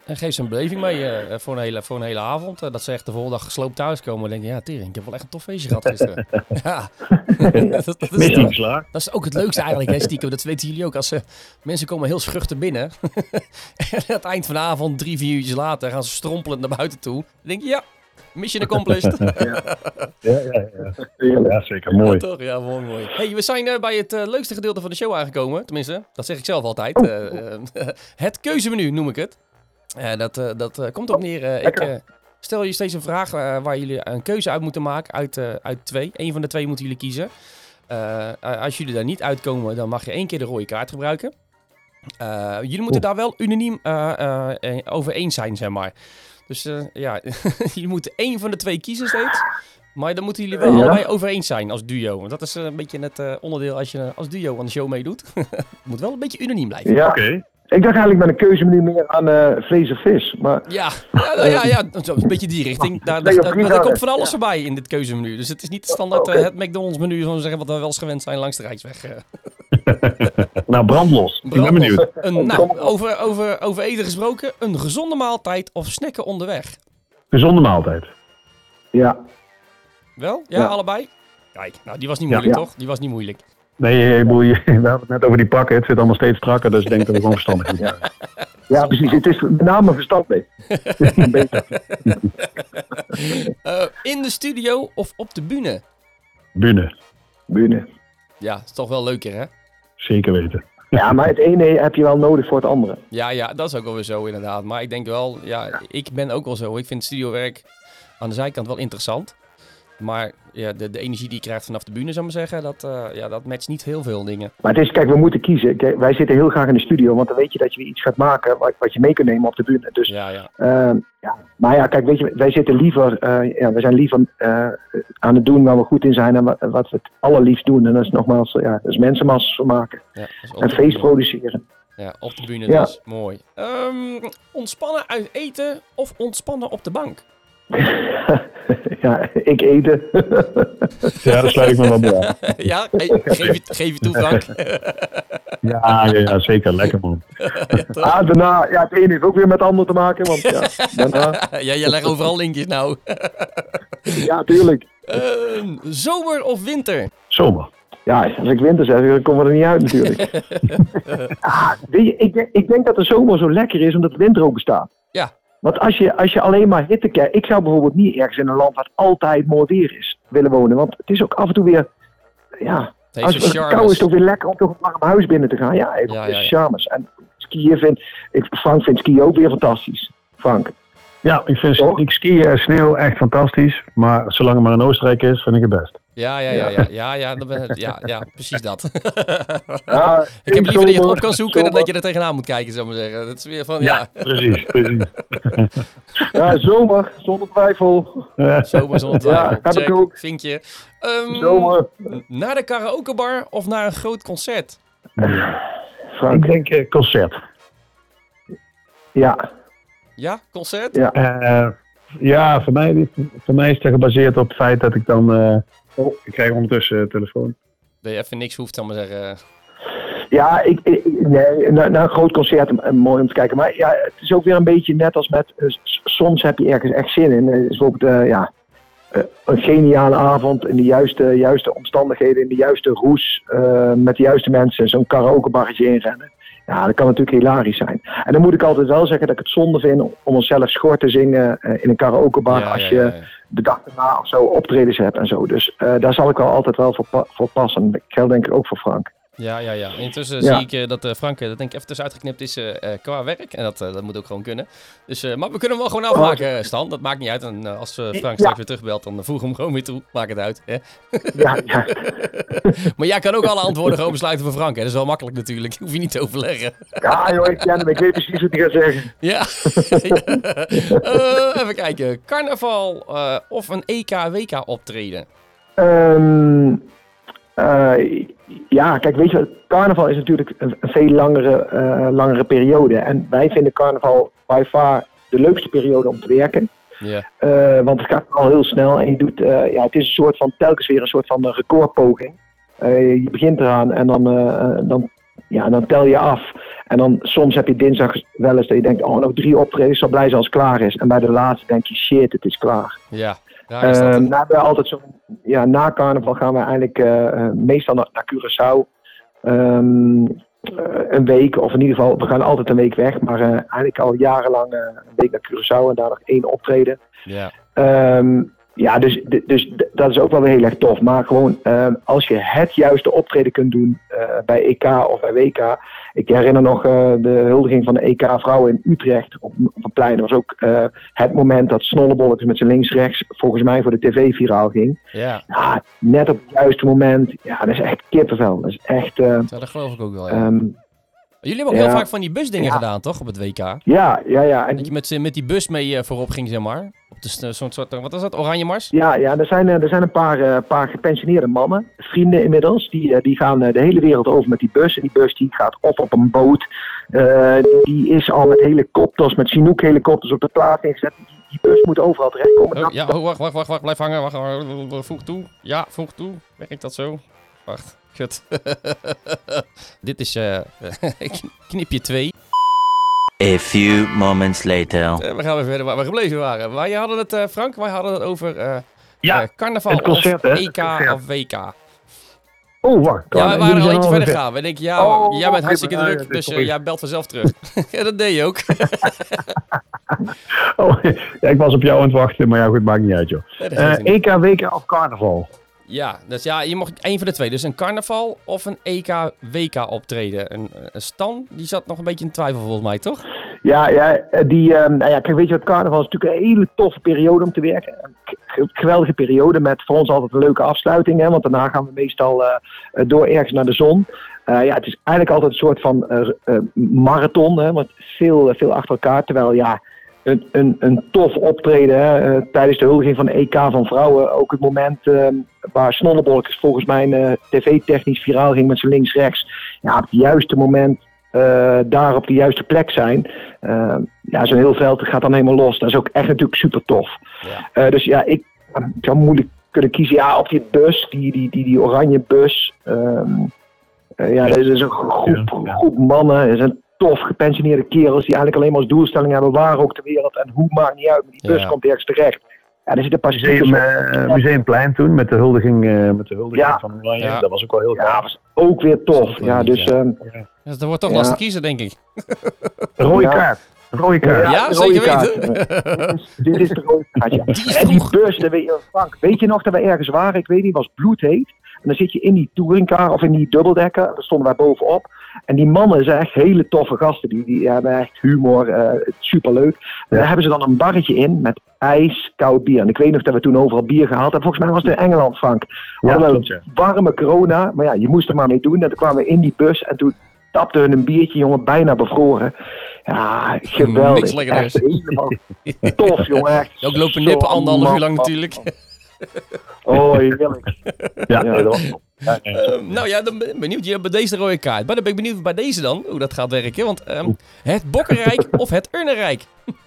En geef ze een beleving mee uh, voor, een hele, voor een hele avond. Uh, dat ze echt de volgende dag gesloopt thuiskomen. En denken, ja tering, ik heb wel echt een tof feestje gehad gisteren. ja. dat, dat, dat, is toch, dat is ook het leukste eigenlijk, hè, stiekem. Dat weten jullie ook. Als uh, mensen komen heel schuchter binnen. en aan het eind van de avond, drie, vier uurtjes later, gaan ze strompelend naar buiten toe. Dan denk je, ja, mission accomplished. ja. Ja, ja, ja. ja, zeker. Mooi. Ja, toch? Ja, mooi, mooi. Hey, we zijn uh, bij het uh, leukste gedeelte van de show aangekomen. Tenminste, dat zeg ik zelf altijd. Oh. Uh, uh, het keuzemenu noem ik het. Uh, dat uh, dat uh, komt op neer. Uh, ik uh, stel je steeds een vraag uh, waar jullie een keuze uit moeten maken uit, uh, uit twee. Eén van de twee moeten jullie kiezen. Uh, uh, als jullie daar niet uitkomen, dan mag je één keer de rode kaart gebruiken. Uh, jullie moeten oh. daar wel unaniem uh, uh, over eens zijn, zeg maar. Dus uh, ja, jullie moeten één van de twee kiezen steeds. Maar dan moeten jullie wel ja. allebei over eens zijn als duo. Want dat is uh, een beetje het uh, onderdeel als je als duo aan de show meedoet. Het moet wel een beetje unaniem blijven. Ja, oké. Okay. Ik dacht eigenlijk met een keuzemenu meer aan uh, vlees of vis. Maar... Ja, ja, ja, ja, zo, een beetje die richting. Daar, daar, daar, daar komt van alles ja. voorbij in dit keuzemenu. Dus het is niet standaard okay. uh, het McDonald's menu, zoals zeggen, wat we wel eens gewend zijn langs de Rijksweg. nou, brandlos. Ik ben benieuwd. Een, nou, over, over, over eten gesproken, een gezonde maaltijd of snacken onderweg? Gezonde maaltijd. Ja. Wel? Ja, ja. allebei? Kijk, nou die was niet moeilijk ja. toch? Die was niet moeilijk. Nee, we hadden het net over die pakken. Het zit allemaal steeds strakker, dus ik denk dat we gewoon verstandig zijn. Ja. ja, precies. Het is met name verstand mee. Beter. uh, in de studio of op de bühne? Bühne. Bühne. Ja, is toch wel leuker, hè? Zeker weten. Ja, maar het ene heb je wel nodig voor het andere. Ja, ja, dat is ook wel weer zo inderdaad. Maar ik denk wel, ja, ik ben ook wel zo. Ik vind studiowerk aan de zijkant wel interessant. Maar ja, de, de energie die je krijgt vanaf de bühne, zou ik maar zeggen, dat, uh, ja, dat matcht niet heel veel dingen. Maar het is, kijk, we moeten kiezen. Kijk, wij zitten heel graag in de studio, want dan weet je dat je weer iets gaat maken wat, wat je mee kunt nemen op de bühne. Dus, ja, ja. Uh, ja. Maar ja, kijk, weet je, wij zitten liever, uh, ja, wij zijn liever uh, aan het doen waar we goed in zijn en wat, wat we het allerliefst doen. En dat is nogmaals, ja, dat is mensenmassas maken ja, en feest bühne. produceren. Ja, op de bühne ja. dus. Mooi. Um, ontspannen uit eten of ontspannen op de bank? ja, ik eten. ja, daar sluit ik me wel bij aan. ja, hey, geef, je, geef je toe, Frank. ja, ja, ja, zeker. Lekker, man. ja, ah, daarna, ja, het ene heeft ook weer met het ander te maken. Want, ja, daarna... ja, jij legt overal linkjes nou. ja, tuurlijk. Uh, zomer of winter? Zomer. Ja, als ik winter zeg, dan komen we er niet uit natuurlijk. ah, weet je, ik, denk, ik denk dat de zomer zo lekker is omdat de winter ook bestaat. Ja. Want als je, als je alleen maar hitte kijkt... Ik zou bijvoorbeeld niet ergens in een land waar altijd mooi weer is willen wonen. Want het is ook af en toe weer... Ja, als het koud is het ook weer lekker om toch een warm huis binnen te gaan. Ja, even ja, ja, ja. charmes. En skiën vind... Ik, Frank vindt skiën ook weer fantastisch. Frank. Ja, ik vind ik skiën en sneeuw echt fantastisch. Maar zolang het maar in Oostenrijk is, vind ik het best. Ja, ja, ja, ja, ja, ja, ja, ja, ja precies dat. ja, ik heb liever dat je het op kan zoeken dan dat je er tegenaan moet kijken, zou ik maar zeggen. Dat is weer van, ja. ja precies, precies. ja, zomer, zonder twijfel. Zomer, zonder twijfel. Ja, heb ik ook. Vinkje. Um, zomer. Naar de karaokebar of naar een groot concert? Frank. Ik denk uh, concert. Ja. Ja, concert? Ja, uh, ja voor, mij, voor mij is het gebaseerd op het feit dat ik dan... Uh, oh, ik krijg ondertussen uh, telefoon. Dat je even niks hoeft, zal maar zeggen. Ja, ik, ik, nee, naar, naar een groot concert, uh, mooi om te kijken. Maar ja, het is ook weer een beetje net als met... Uh, soms heb je ergens echt zin in. Het is bijvoorbeeld uh, ja, uh, een geniale avond in de juiste, juiste omstandigheden, in de juiste roes, uh, met de juiste mensen, zo'n karaokebarretje inrennen. Ja, dat kan natuurlijk hilarisch zijn. En dan moet ik altijd wel zeggen dat ik het zonde vind om onszelf schort te zingen uh, in een karaokebar ja, als je ja, ja, ja. de dag daarna of zo optredens hebt en zo. Dus uh, daar zal ik wel altijd wel voor, pa- voor passen. Dat geldt denk ik ook voor Frank. Ja, ja, ja. Intussen ja. zie ik uh, dat uh, Frank, uh, dat denk ik even tussen uitgeknipt is uh, uh, qua werk. En dat, uh, dat moet ook gewoon kunnen. Dus, uh, maar we kunnen hem wel gewoon afmaken, uh, Stan. Dat maakt niet uit. En uh, als uh, Frank ja. straks weer terugbelt, dan voeg hem gewoon weer toe. Maakt het uit. Hè? Ja, ja. Maar jij kan ook alle antwoorden gewoon besluiten voor Frank. Hè? Dat is wel makkelijk natuurlijk. Hoef je niet te overleggen. Ja, joh, ik ken hem. Ik weet precies wat hij gaat zeggen. Ja. uh, even kijken. Carnaval uh, of een E K W K optreden? Um, uh, ja, kijk, weet je, carnaval is natuurlijk een, een veel langere, uh, langere periode. En wij vinden carnaval by far de leukste periode om te werken. Yeah. Uh, want het gaat al heel snel en je doet, uh, ja, het is een soort van, telkens weer een soort van recordpoging. Uh, je begint eraan en dan, uh, dan, ja, dan tel je af. En dan soms heb je dinsdag wel eens dat je denkt, oh nog drie optredens, ik zal blij zijn als het klaar is. En bij de laatste denk je, shit, het is klaar. Ja, ja is dat Uh, het. na, we altijd zo, ja, na carnaval gaan we eigenlijk uh, uh, meestal naar, naar Curaçao. Um, uh, een week, of in ieder geval, we gaan altijd een week weg. Maar uh, eigenlijk al jarenlang uh, een week naar Curaçao en daar nog één optreden. Ja. Um, ja, dus, dus dat is ook wel weer heel erg tof. Maar gewoon, uh, als je het juiste optreden kunt doen uh, bij E K of bij W K. Ik herinner nog uh, de huldiging van de E K vrouwen in Utrecht op, op een plein. Dat was ook uh, het moment dat Snollebollekes met zijn links-rechts volgens mij voor de tv viraal ging. Ja. Ja, net op het juiste moment. Ja, dat is echt kippenvel. Dat is echt... Uh, ja, dat geloof ik ook wel, ja. um, Jullie hebben ook ja. heel vaak van die busdingen Ja. gedaan, toch? Op het W K. ja, ja, ja. En Dat je met, z'n- met die bus mee uh, voorop ging, zeg maar. Op de, st- zo'n soort, wat was dat? Oranje Mars? Ja, ja er, zijn, er zijn een paar, uh, paar gepensioneerde mannen, vrienden inmiddels, die, uh, die gaan uh, de hele wereld over met die bus. En die bus die gaat of op een boot, uh, die is al met helikopters, met Chinook helikopters op de plaats ingezet. Die, die bus moet overal terechtkomen. Oh, ja, oh, wacht, wacht, wacht, wacht, blijf hangen. Wacht, wacht, voeg toe. Ja, voeg toe. Werkt dat zo? Wacht, gut. Dit is uh, knipje twee. A few moments later. Uh, we gaan weer verder waar we gebleven waren. Wij hadden het, uh, Frank, wij hadden het over uh, Ja, uh, carnaval het concert, of hè? E K Het concert. of W K. Oh, wacht. Ja, we waren Jullie al zijn eentje al verder ver- gaan. We denken, ja, Oh, jij bent oké, hartstikke maar, druk, ja, dus uh, sorry. jij belt vanzelf terug. Ja, dat deed je ook. Oh, ja, ik was op jou aan het wachten, maar ja, goed, maakt niet uit, joh. Nee, dat geeft Uh, niet. E K, W K of carnaval? Ja, dus ja, je mocht één van de twee. Dus een carnaval of een E K W K optreden. Een, een Stan, die zat nog een beetje in twijfel volgens mij, toch? Ja, ja, die, uh, nou ja, kijk, weet je wat, carnaval is natuurlijk een hele toffe periode om te werken. Een g- geweldige periode met voor ons altijd een leuke afsluiting, hè, want daarna gaan we meestal uh, door ergens naar de zon. Uh, ja, het is eigenlijk altijd een soort van uh, uh, marathon, hè, want veel, uh, veel achter elkaar. Terwijl ja, een, een, een tof optreden hè, uh, tijdens de huldiging van de E K van vrouwen. Ook het moment uh, waar Snollebollekes volgens mij uh, tv-technisch viraal ging met zijn links-rechts. Ja, op het juiste moment uh, daar op de juiste plek zijn. Uh, ja, zo'n heel veld gaat dan helemaal los. Dat is ook echt natuurlijk super tof. Ja. Uh, dus ja, ik, ik zou moeilijk kunnen kiezen. Ja, op die bus, die, die, die, die oranje bus. Um, uh, ja, dat is een groep, groep mannen. Dat zijn tof gepensioneerde kerels die eigenlijk alleen maar als doelstelling hebben waar ook ter wereld en hoe maakt niet uit. Maar die bus Ja. komt ergens terecht. Ja, er zitten pas Museum, uh, Museumplein toen, met de huldiging, uh, met de huldiging Ja. van Oranje. Ja. Dat was ook wel heel Ja, gaaf. was ook weer Dat is tof. ook wel Ja, leuk, dus ja. um, Dus dat wordt toch Ja. lastig kiezen, denk ik. Rode Ja. kaart. Rode kaart. Ja, de zeker rode kaart. weten. Dit is- Dit is de rode kaart, ja. Die is En die vroeg. bus, dat weet, je, Frank, weet je nog dat we ergens waren? Ik weet niet, was bloedheet. En dan zit je in die touringcar of in die dubbeldekker. Daar stonden wij bovenop. En die mannen zijn echt hele toffe gasten. Die, die hebben echt humor. Uh, superleuk. En daar hebben ze dan een barretje in met ijs, koud bier. En ik weet nog dat we toen overal bier gehaald hebben. Volgens mij was het in Engeland, Frank. We Ja, hadden wel klopt, ja. warme corona. Maar ja, je moest er maar mee doen. En toen kwamen we in die bus. En toen tapten hun een biertje, jongen. Bijna bevroren. Ja, geweldig. Niks lekkerders. Echt helemaal tof, jongen. Echt Ook lopen zo nippen anderhalf uur man, lang man, natuurlijk. man. Oh, heerlijk. Ja, Ja. dat was top. Ja, ja. Uh, nou ja, dan ben ik benieuwd. Je hebt bij deze de rode kaart. Maar dan ben ik benieuwd bij deze dan, hoe dat gaat werken. Want um, het Bokkenrijk of het Urnenrijk?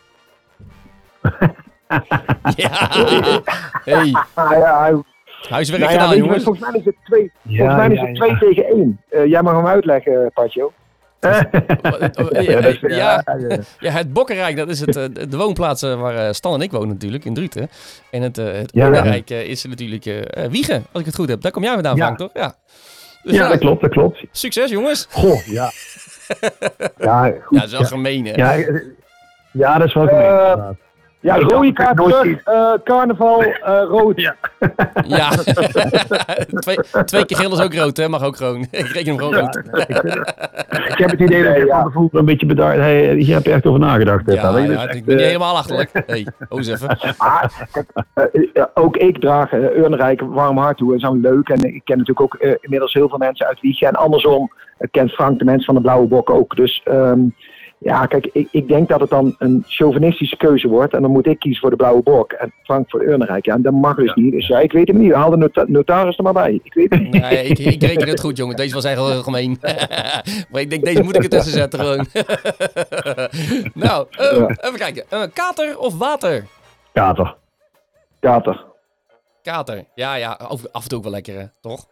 Ja. Hey, Ah, ja, huiswerk nou ja, gedaan, weet je wat, jongens. volgens mij is het twee, Ja, volgens mij is ja, het ja. twee tegen één. Uh, jij mag hem uitleggen, Patjo. Ja, dat is- ja, ja, ja. ja, het Bokkenrijk, dat is het, uh, de woonplaats uh, waar uh, Stan en ik wonen natuurlijk, in Druten. En het, uh, het Ja. Urnenrijk uh, is natuurlijk uh, uh, Wiegen, als ik het goed heb. Daar kom jij vandaan, Ja. Frank, toch? Ja. Dus Ja, ja, dat klopt, dat klopt. succes, jongens. Goh, ja. Ja, Ja, goed. dat is wel gemeen, hè? Ja, eh, ja, dat is wel gemeen. Eh, inderdaad. Ja, Ik rode dacht, kaart nooit terug, uh, carnaval, uh, rood. Ja. Ja. twee, twee keer geel is ook rood, hè? Mag ook gewoon. Ik reken hem gewoon rood. Ik heb het idee dat je Ja. van de voel een beetje bedaard. Hey, je hebt er echt over nagedacht. hè, Ja, Paul. Je bent ja, echt, ik ben niet eh, helemaal achterlijk. Hey, oh eens even. Maar, kijk, uh, uh, ook ik draag uh, Urnrijk een warm hart toe. Dat is dan leuk. En ik ken natuurlijk ook uh, inmiddels heel veel mensen uit Wiegen. En andersom uh, kent Frank de mensen van de Blauwe Bok ook. Dus um, ja, kijk, ik, ik denk dat het dan een chauvinistische keuze wordt. En dan moet ik kiezen voor de Blauwe Bok en Frank voor Urnrijk. Ja, en dat mag dus Ja. niet. Dus ja, ik weet het niet. Haal de nota- notaris er maar bij. Ik weet het niet. Nee, ik, ik reken het goed, jongen. Deze was eigenlijk heel gemeen. Maar ik denk, deze moet ik ertussen zetten gewoon. Nou, uh, Ja. even kijken. Uh, kater of water? Kater. Kater. Kater. Ja, ja. Af, af en toe ook wel lekker, hè? Toch?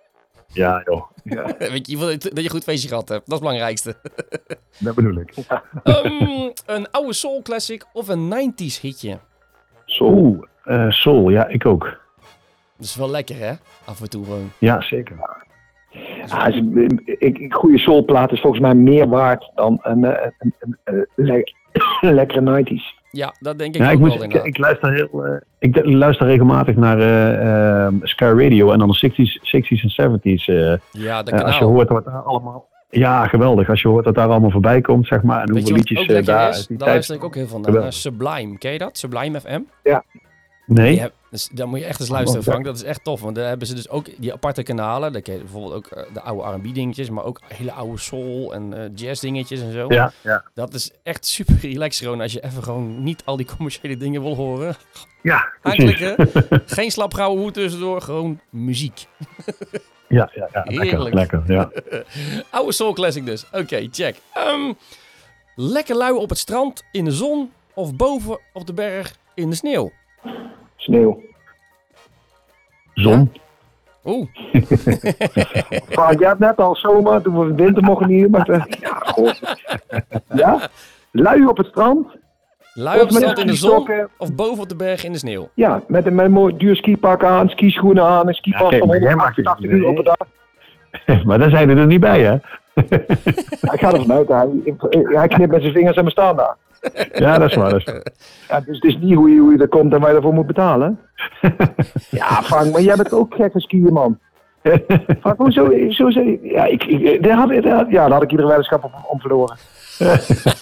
Ja, joh. Weet je, dat je goed feestje gehad hebt. Dat is het belangrijkste. Dat bedoel ik. um, een oude soul classic of een nineties hitje? Soul. Uh, soul, ja, ik ook. Dat is wel lekker, hè? Af en toe gewoon. Ja, zeker. Ja, is een, ik, een goede soulplaat is volgens mij meer waard dan een, een, een, een, een, le- een lekkere nineties. Ja, dat denk ik ja, ook ik wel moet, inderdaad. Ik, ik, luister heel, uh, ik luister regelmatig naar uh, uh, Sky Radio en dan de zestig's, zestig's en zeventig's. Uh, ja, de uh, als je hoort wat daar allemaal... Ja, geweldig. Als je hoort dat daar allemaal voorbij komt, zeg maar. En weet hoeveel liedjes uh, daar is? Daar luister ik ook heel veel naar. Uh, Sublime, ken je dat? Sublime F M? Ja. Nee? Ja, dus, daar moet je echt eens luisteren, Frank. Dat is echt tof. Want daar hebben ze dus ook die aparte kanalen. Daar ken je bijvoorbeeld ook uh, de oude R en B dingetjes. Maar ook hele oude soul en uh, jazz dingetjes en zo. Ja, ja. Dat is echt super relaxed gewoon. Als je even gewoon niet al die commerciële dingen wil horen. Ja, aanklikken. Geen slapgrauwe hoed tussendoor. Gewoon muziek. Ja, ja, ja. Lekker, lekker, ja. Oude soul classic dus. Oké, okay, check. Um, lekker luien op het strand in de zon of boven op de berg in de sneeuw? Sneeuw. Zon. Ja? Oeh. Frank, jij hebt net al zomer, toen we winter mochten niet. Maar uh, ja, god. Ja? Lui op het strand. Lui op het strand in de zon of boven op de berg in de sneeuw? Ja, met een, met een mooi duur skipak aan, skischoenen aan, een skipas van honderdachtig uur op de dag. Maar daar zijn we er niet bij, hè? Ja, ik ga er vanuit. Hij, hij knipt met zijn vingers en we staan daar. Ja, dat is waar. Dat is waar. Ja, dus het is niet hoe je, hoe je er komt en waar je ervoor moet betalen. Ja, Frank, maar jij bent ook gek van skiën, man. Frank, hoezo? Zo, zo, ja, ik, ik, daar, had, daar, had, ja, daar had ik iedere weddenschap om, om verloren. Ja,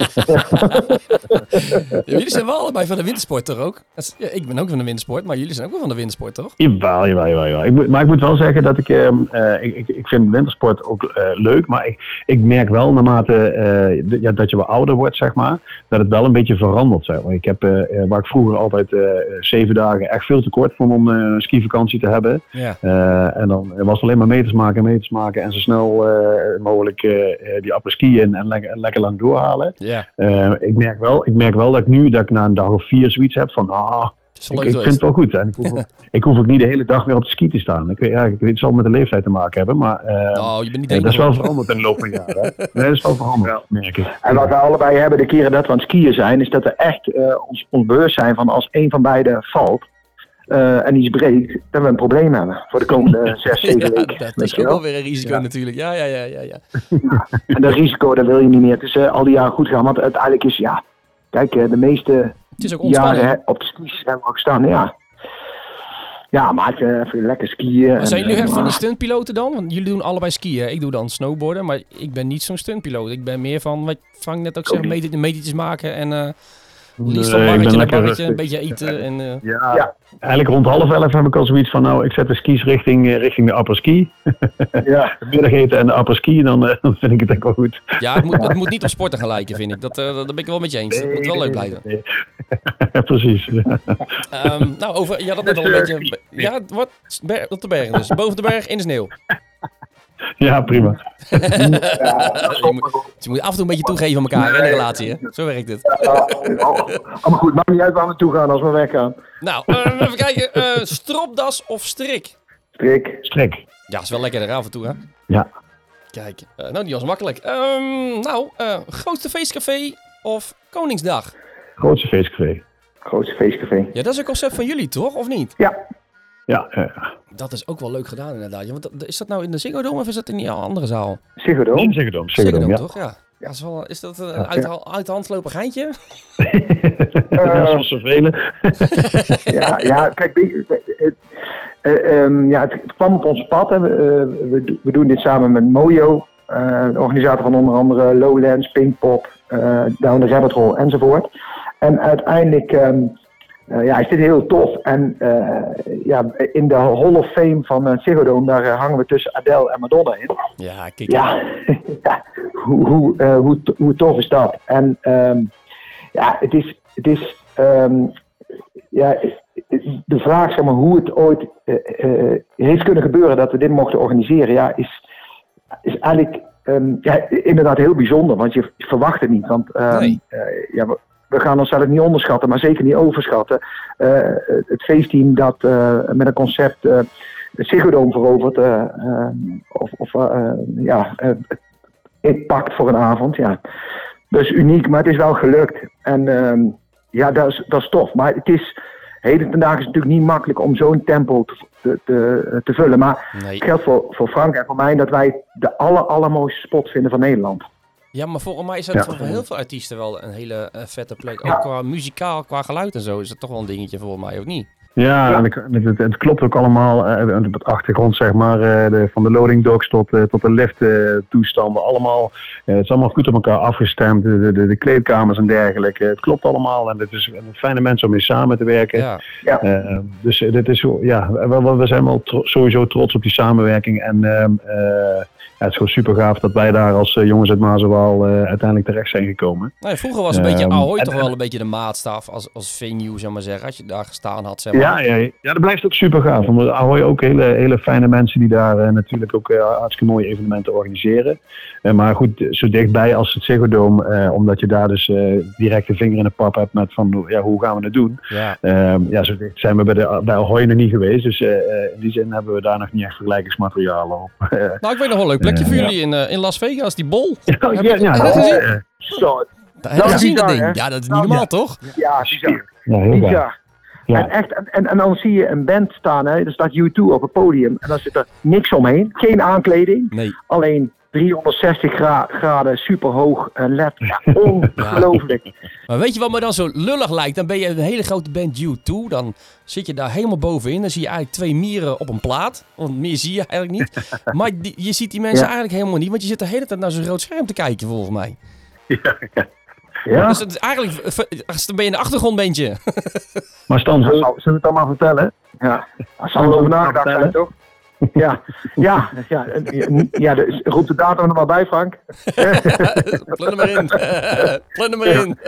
jullie zijn wel allebei van de wintersport, toch ook? Ja, ik ben ook van de wintersport, maar jullie zijn ook wel van de wintersport, toch? Jawel, jawel, jawel. jawel. Ik moet, maar ik moet wel zeggen dat ik, uh, ik, ik, ik vind wintersport ook uh, leuk, maar ik, ik merk wel naarmate uh, ja, dat je wat ouder wordt, zeg maar, dat het wel een beetje verandert. Zeg maar. Ik heb, uh, waar ik vroeger altijd uh, zeven dagen echt veel te kort vond om uh, een skivakantie te hebben. Ja. Uh, en dan was het alleen maar meters maken, meters maken en zo snel uh, mogelijk uh, die apres-ski in en lekker, lekker lang doorhalen. Ja. Uh, ik, merk wel, ik merk wel dat ik nu dat ik na een dag of vier zoiets heb van ah, ik, ik vind het wel goed. En ik, hoef ook, ik hoef ook niet de hele dag weer op de ski te staan. Ik weet, ja, ik weet het zal met de leeftijd te maken hebben, maar uh, oh, je bent niet uh, dat is wel veranderd in de loop van jaren. Nee, dat is wel veranderd, ja. Merk ik. En wat we allebei hebben de keren dat we aan het skiën zijn, is dat we echt uh, ons, ons bewust zijn van als een van beiden valt uh, en iets breekt, dat we een probleem hebben voor de komende zes, zeven ja, weken. Dat is ook wel weer een risico ja. natuurlijk. Ja, ja, ja, ja, ja. En dat risico, dat wil je niet meer. Het is uh, al die jaren goed gaan, want uiteindelijk is, ja, kijk, uh, de meeste jaren hè, op de skis hebben we ook gestaan, ja. Ja, maak uh, even lekker skiën. Maar zijn en, jullie echt uh, van die stuntpiloten dan? Want jullie doen allebei skiën. Ik doe dan snowboarden, maar ik ben niet zo'n stuntpiloot. Ik ben meer van, wat Frank net ook zei, meter, metertjes maken en uh, liefst van barretje naar barretje, een beetje eten. Ja. En, uh... ja, ja, eigenlijk rond half elf heb ik al zoiets van, nou, ik zet de skis richting, uh, richting de apres-ski. Ja. De middageten en de apres-ski, dan uh, vind ik het echt wel goed. Ja, het moet, het moet niet op sporten gaan lijken, vind ik. Dat, uh, dat ben ik wel met je eens. Het moet wel leuk blijven. Nee, nee. Precies. Ja. Um, nou, over, ja, dat net al een beetje. Ja, wat? Ber, op de bergen dus. Boven de berg in de sneeuw. Ja, prima. Ja, je, moet, je moet af en toe een beetje toegeven aan elkaar nee, in een relatie, hè? Zo werkt het. Ja, allemaal goed, maakt niet uit waar we naartoe gaan als we weggaan. Nou, uh, even kijken. Uh, stropdas of strik? Strik. Strik. Ja, is wel lekkerder af en toe, hè? Ja. Kijk, uh, nou, die was makkelijk. Um, nou, uh, grootste feestcafé of Koningsdag? Grootste feestcafé. Grootste feestcafé. Ja, dat is een concept van jullie, toch? Of niet? Ja. Ja, ja. Dat is ook wel leuk gedaan inderdaad. Ja, want is dat nou in de Ziggo Dome of is dat in die andere zaal? Ziggo Dome. In Ziggo Dome, Ziggo Dome, ja. toch? Ja. Ja, is, wel, is dat een ja, uit, ja. uit de hand gelopen geintje? Uh, dat is wel zoveel. ja, ja, kijk, het, uh, um, ja, het, het kwam op ons pad. Hè. We, uh, we, we doen dit samen met Mojo, uh, de organisator van onder andere Lowlands, Pinkpop, uh, Down the Rabbit Hole enzovoort. En uiteindelijk um, uh, ja, is dit heel tof. En uh, ja, in de Hall of Fame van uh, Ziggo Dome, daar uh, hangen we tussen Adele en Madonna in. Ja, kijk. Ja, ja hoe, hoe, uh, hoe, hoe tof is dat? En um, ja, het is, het is um, ja, de vraag, zeg maar, hoe het ooit uh, uh, heeft kunnen gebeuren dat we dit mochten organiseren, ja, is, is eigenlijk um, ja, inderdaad heel bijzonder, want je verwacht het niet. Want um, nee. uh, ja, we, we gaan onszelf niet onderschatten, maar zeker niet overschatten. Uh, het feestteam dat uh, met een concept uh, Ziggo Dome veroverd. Uh, uh, of of uh, ja, uh, inpakt voor een avond. Ja. Dat is uniek, maar het is wel gelukt. En uh, ja, dat is, dat is tof. Maar het is, heden ten dagen is het natuurlijk niet makkelijk om zo'n tempo te, te, te, te vullen. Maar Nee. het geldt voor, voor Frank en voor mij dat wij de aller, allermooiste spot vinden van Nederland. Ja, maar volgens mij is dat Ja. voor heel veel artiesten wel een hele uh, vette plek. Ook qua muzikaal, qua geluid en zo is dat toch wel een dingetje volgens mij, of niet? Ja, en het, het, het klopt ook allemaal. Uh, op de achtergrond, zeg maar, uh, de, van de loading docks tot, uh, tot de lift uh, toestanden. Allemaal, uh, het is allemaal goed op elkaar afgestemd. De, de, de kleedkamers en dergelijke. Het klopt allemaal en het is een fijne mensen om mee samen te werken. Ja. Ja. Uh, dus uh, dit is, zo- ja, we, we- we zijn wel tro- sowieso trots op die samenwerking. En uh, uh, ja, het is gewoon super gaaf dat wij daar als uh, jongens uit Mazenwaal uh, uiteindelijk terecht zijn gekomen. Nou, vroeger was een Ehm, beetje Ahoy en- toch wel een beetje de maatstaf als, als venue, zeg maar zeggen. Als je daar gestaan had, zeg maar. Ja, ja, ja, dat blijft ook super gaaf. Want Ahoy ook hele, hele fijne mensen die daar uh, natuurlijk ook uh, hartstikke mooie evenementen organiseren. Uh, maar goed, zo dichtbij als het Ziggo Dome, uh, omdat je daar dus uh, direct de vinger in de pap hebt met van ja, hoe gaan we het doen. Ja. Uh, ja, zo dicht zijn we bij, de, bij Ahoy nog niet geweest. Dus uh, in die zin hebben we daar nog niet echt vergelijkingsmateriaal op. Uh, Nou, ik weet nog wel een leuk plekje Ja. voor jullie in, uh, in Las Vegas, die bol. ja, Heb ja, je- ja, heb je dat dat is, gezien? uh, Zo, Dat heb je is gezien, dat bizar, ding? hè? Ja, dat is niet Nou, normaal, ja. toch? ja, bizar. ja, heel gaaf. bizar. Ja. En, echt, en, en dan zie je een band staan, hè. Er staat U twee op het podium en dan zit er niks omheen. Geen aankleding, Nee. alleen driehonderdzestig gra- graden, super hoog en L E D. Ja, ongelooflijk. Maar weet je wat me dan zo lullig lijkt? Dan ben je een hele grote band U twee. Dan zit je daar helemaal bovenin. Dan zie je eigenlijk twee mieren op een plaat. Want meer zie je eigenlijk niet. Maar die- je ziet die mensen Ja. eigenlijk helemaal niet. Want je zit de hele tijd naar zo'n groot scherm te kijken, volgens mij. Ja. Dus het is eigenlijk, dan ben je een achtergrondbandje. Maar Stan, zullen zullen we het allemaal vertellen? Ja, daar zal er over nagedacht zijn, toch? Ja, ja, ja, en- ja de, roep de datum er maar bij, Frank. Plan er maar in. Plan er maar in.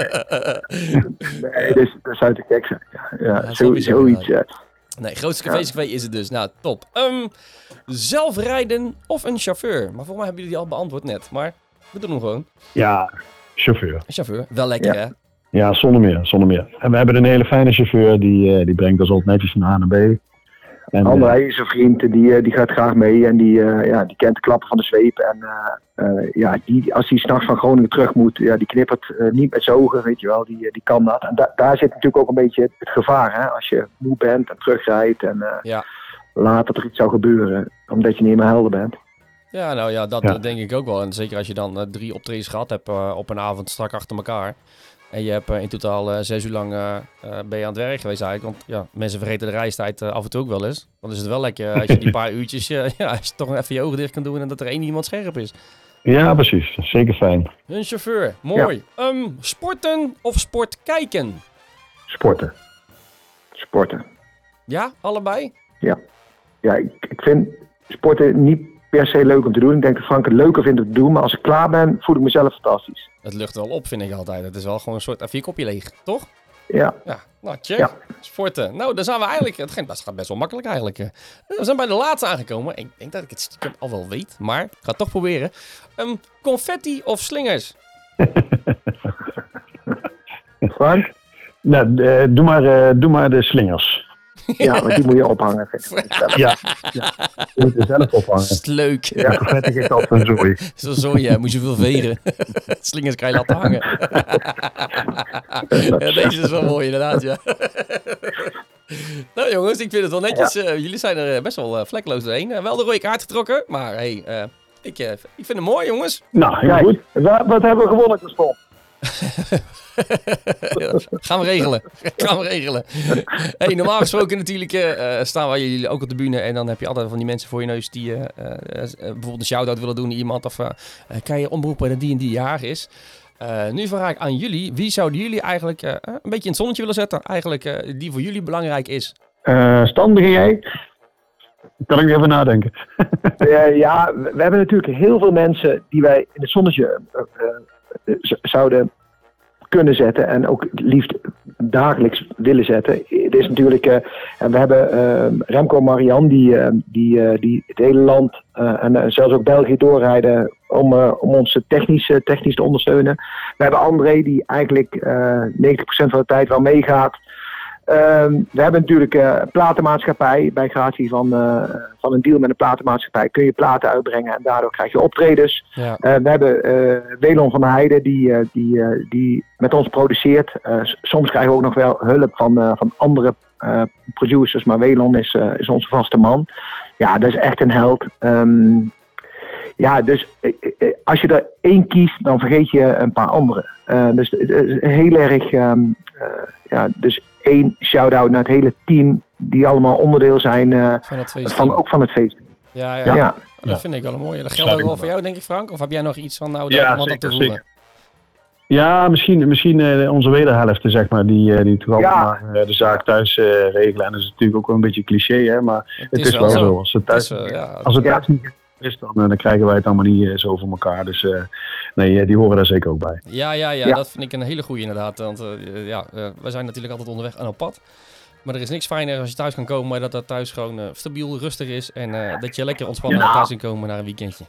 Nee, dus, dat zou te gek zijn. Ja, ja, Ja, zo, sowieso, zoiets. Ja. Nee, grootste café is het dus. Nou, top. Ehm, zelf rijden of een chauffeur? Maar volgens mij hebben jullie die al beantwoord net. Maar we doen hem gewoon. Ja, chauffeur. Een chauffeur. Wel lekker, Ja. hè? Ja, zonder meer, zonder meer. En we hebben een hele fijne chauffeur, die, uh, die brengt ons altijd netjes van A naar B. En, uh, André is een vriend, die, eh, die gaat graag mee en die, eh, ja, die kent de klappen van de zweep. En eh, eh, ja, die, als hij s'nachts van Groningen terug moet, ja, die knippert eh, niet met zijn ogen, weet je wel, die, eh, die kan dat. En da- daar zit natuurlijk ook een beetje het gevaar, hè? Als je moe bent en terugrijdt en uh, Ja. later er iets zou gebeuren, omdat je niet meer helder bent. Ja, nou ja, dat Ja. eh, denk ik ook wel. En zeker als je dan eh, drie optredens gehad hebt uh, op een avond strak achter elkaar. En je hebt uh, in totaal uh, zes uur lang uh, uh, ben je aan het werk geweest eigenlijk. Want ja, mensen vergeten de reistijd uh, af en toe ook wel eens. Dan is het wel lekker als je die paar uurtjes, uh, ja, als je toch even je ogen dicht kan doen en dat er één iemand scherp is. Ja, precies. Zeker fijn. Een chauffeur, mooi. Ehm, sporten of sport kijken? Sporten. Sporten. Ja, allebei? Ja, ja ik, ik vind sporten niet per se leuk om te doen. Ik denk dat Frank het leuker vindt om te doen, maar als ik klaar ben, voel ik mezelf fantastisch. Het lucht wel op, vind ik altijd. Het is wel gewoon een soort even je kopje leeg, toch? Ja, Ja, nou check. Ja. Sporten. Nou, dan zijn we eigenlijk... Het gaat- dat gaat best wel makkelijk eigenlijk. eh. We zijn bij de laatste aangekomen. Ik denk dat ik het stiekem al wel weet, maar ik ga het toch proberen. Ehm, confetti of slingers? Frank? Nou, uh, doe, maar, uh, doe maar de slingers. Ja, maar die moet je ophangen. Vind ik. Ja, ja. Je moet er zelf ophangen. Dat is leuk. Ja, confetti geeft altijd een zooi. Zo zo, ja. Moet je veel veren. Slingers kan je laten hangen. Ja, deze is wel mooi inderdaad, ja. Nou jongens, ik vind het wel netjes. Uh, jullie zijn er uh, best wel uh, vlekloos doorheen. Uh, wel de rode kaart getrokken, maar hey, uh, ik, uh, ik vind het mooi jongens. Nou, heel Kijk, goed. wat, wat hebben we gewonnen, Christophe? Ja, gaan we regelen. Gaan we regelen. Hey, normaal gesproken natuurlijk uh, staan wij jullie ook op de bühne. En dan heb je altijd van die mensen voor je neus die uh, uh, bijvoorbeeld een shout-out willen doen naar iemand. Of uh, kan je omroepen dat die en die jaar is. Uh, nu vraag ik aan jullie. Wie zouden jullie eigenlijk uh, een beetje in het zonnetje willen zetten? Eigenlijk uh, die voor jullie belangrijk is. Uh, Stan, begin jij? Kan ik even nadenken. Uh, ja, we, we hebben natuurlijk heel veel mensen die wij in het zonnetje uh, uh, z- zouden kunnen zetten en ook liefst dagelijks willen zetten. Het is natuurlijk, uh, en we hebben uh, Remco en Marianne die, uh, die, uh, die het hele land uh, en uh, zelfs ook België doorrijden om, uh, om ons technisch, uh, technisch te ondersteunen. We hebben André die eigenlijk uh, negentig procent van de tijd wel meegaat. Um, we hebben natuurlijk uh, een platenmaatschappij. Bij gratie van, uh, van een deal met een platenmaatschappij kun je platen uitbrengen en daardoor krijg je optredens. Ja. Uh, we hebben uh, Welon van der Heijden die, uh, die, uh, die met ons produceert. Uh, s- soms krijgen we ook nog wel hulp van, uh, van andere uh, producers, maar Welon is, uh, is onze vaste man. Ja, dat is echt een held. Um, ja, dus uh, uh, als je er één kiest, dan vergeet je een paar andere. Uh, dus het is heel erg... Um, uh, ja, dus één shout-out naar het hele team die allemaal onderdeel zijn uh, Van het feest. van, ook van het feest. Ja, ja. Ja, ja. Dat vind ik wel een mooie. Dat Snap geldt ook ik wel wel. voor jou, denk ik, Frank? Of heb jij nog iets van nou Ja, daar wat aan zeker, te voegen? zeker. Ja, misschien, misschien uh, onze wederhelften, zeg maar, die, uh, die toch altijd Ja. maar uh, de zaak thuis uh, regelen. En dat is natuurlijk ook wel een beetje cliché, hè, maar het, is is, wel wel zo. zo. Als het Het is, thuis, uh, ja, als het Ja. thuis niet is, dan, uh, dan krijgen wij het allemaal niet uh, zo voor elkaar. Dus uh, nee, uh, die horen daar zeker ook bij. Ja, ja, ja, Ja. dat vind ik een hele goeie inderdaad. Want uh, ja, uh, we zijn natuurlijk altijd onderweg en op pad. Maar er is niks fijner als je thuis kan komen, maar dat dat thuis gewoon uh, stabiel, rustig is. En uh, dat je lekker ontspannen Ja. thuis kan komen naar een weekendje.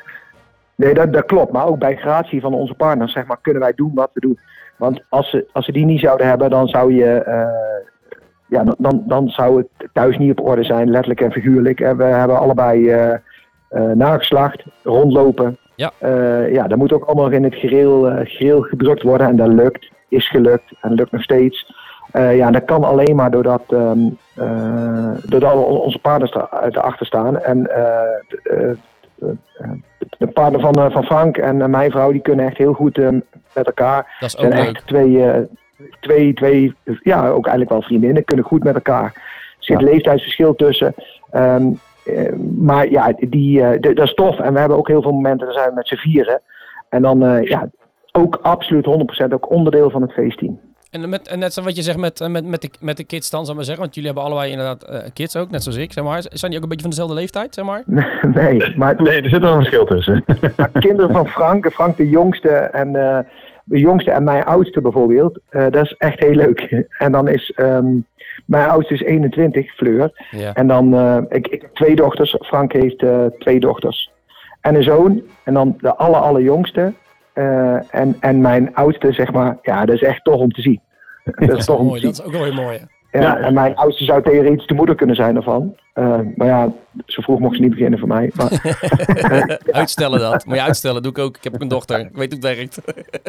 Nee, dat, dat klopt. Maar ook bij gratie van onze partners, zeg maar, kunnen wij doen wat we doen. Want als ze, als ze die niet zouden hebben, dan zou je... Uh, ja, dan- dan, dan zou het thuis niet op orde zijn, letterlijk en figuurlijk. En we hebben allebei uh, uh, nageslacht, rondlopen. Ja. Uh, ja, dat moet ook allemaal in het gereel, uh, gereel gedrukt worden. En dat lukt, is gelukt en lukt nog steeds. Uh, ja, dat kan alleen maar doordat, um, uh, doordat onze partners erachter staan. En uh, uh, uh, de partner van, uh, van Frank en uh, mijn vrouw, die kunnen echt heel goed uh, met elkaar. Dat is ook zijn leuk. echt twee, uh, twee, twee, ja, ook eigenlijk wel vriendinnen, kunnen goed met elkaar. Er zit Ja. leeftijdsverschil tussen. Um, uh, maar ja, die, uh, d- dat is tof. En we hebben ook heel veel momenten, dan zijn we met z'n vieren. En dan, uh, ja, ook absoluut honderd procent ook onderdeel van het feestteam. En, met, en net zo wat je zegt met, met, met, de, met de kids dan, zou ik maar zeggen. Want jullie hebben allebei inderdaad uh, kids ook, net zoals ik, zeg maar. Zijn die ook een beetje van dezelfde leeftijd, zeg maar? Nee, maar Nee, er zit wel een verschil tussen. maar kinderen van Frank, Frank de jongste en uh, de jongste en mijn oudste bijvoorbeeld, uh, dat is echt heel leuk. En dan is um, mijn oudste is eenentwintig, Fleur. Ja. En dan, uh, ik, ik heb twee dochters, Frank heeft uh, twee dochters. En een zoon, en dan de aller allerjongste. Uh, en, en mijn oudste, zeg maar, ja, dat is echt tof om te zien. Dat is toch om te Mooi, zien. dat is ook wel weer mooi. Hè? Ja, Ja. en mijn oudste zou theoretisch de moeder kunnen zijn ervan. Uh, maar ja, zo vroeg mocht ze niet beginnen voor mij. Maar, Uitstellen dat. Moet je uitstellen, doe ik ook. Ik heb ook een dochter. Ik weet hoe het werkt.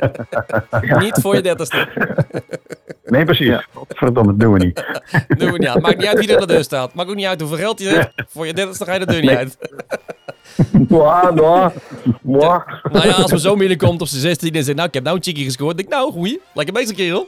Niet voor je dertigste. Nee, precies. Ja. Verdomme, dat doen we niet. Doen we niet aan. Maakt niet uit wie er aan de deur staat. Maakt ook niet uit hoeveel geld je hebt. Voor je dertigste ga je de deur niet Nee. uit. moi, moi, moi. Nou ja, als mijn zoon binnenkomt op zijn zestien en zegt, nou, ik heb nou een chickie gescoord. denk ik, nou, goeie. Lekker bezig, kerel.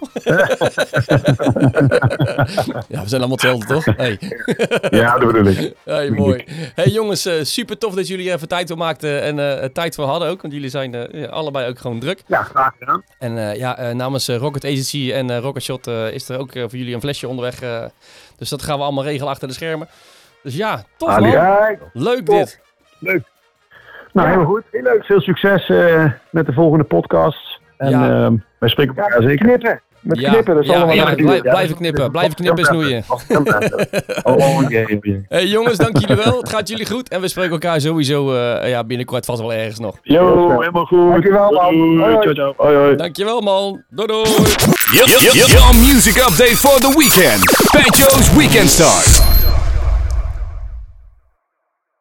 Ja, we zijn allemaal hetzelfde, toch? Hey. Ja, dat bedoel ik. Hey, mooi. Hey jongens, uh, super tof dat jullie even tijd voor maakten en uh, tijd voor hadden ook. Want jullie zijn uh, ja, allebei ook gewoon druk. Ja, graag gedaan. En uh, ja, uh, namens uh, Rocket Agency en uh, Rocket Shot uh, is er ook uh, voor jullie een flesje onderweg. Uh, dus dat gaan we allemaal regelen achter de schermen. Dus ja, tof man. Ja, Leuk Top. dit. Leuk. Nou, helemaal goed. Heel leuk. Veel succes uh, met de volgende podcast. En Ja. uh, wij spreken elkaar ja, zeker. knippen. Met Ja, knippen, dat is ja, allemaal ja, nog blij- duur. blijven knippen, blijven knippen en snoeien. Oh, oh, oké, oké. Hey jongens, dank jullie wel. Het gaat jullie goed. En we spreken elkaar sowieso uh, ja, binnenkort vast wel ergens nog. Yo, helemaal goed. Dankjewel, man. Doei. Hoi, hoi. Ciao, ciao. Hoi, hoi. Dankjewel man. Doei doei. Your, your, your music update for the weekend. Banjo's Weekend Start.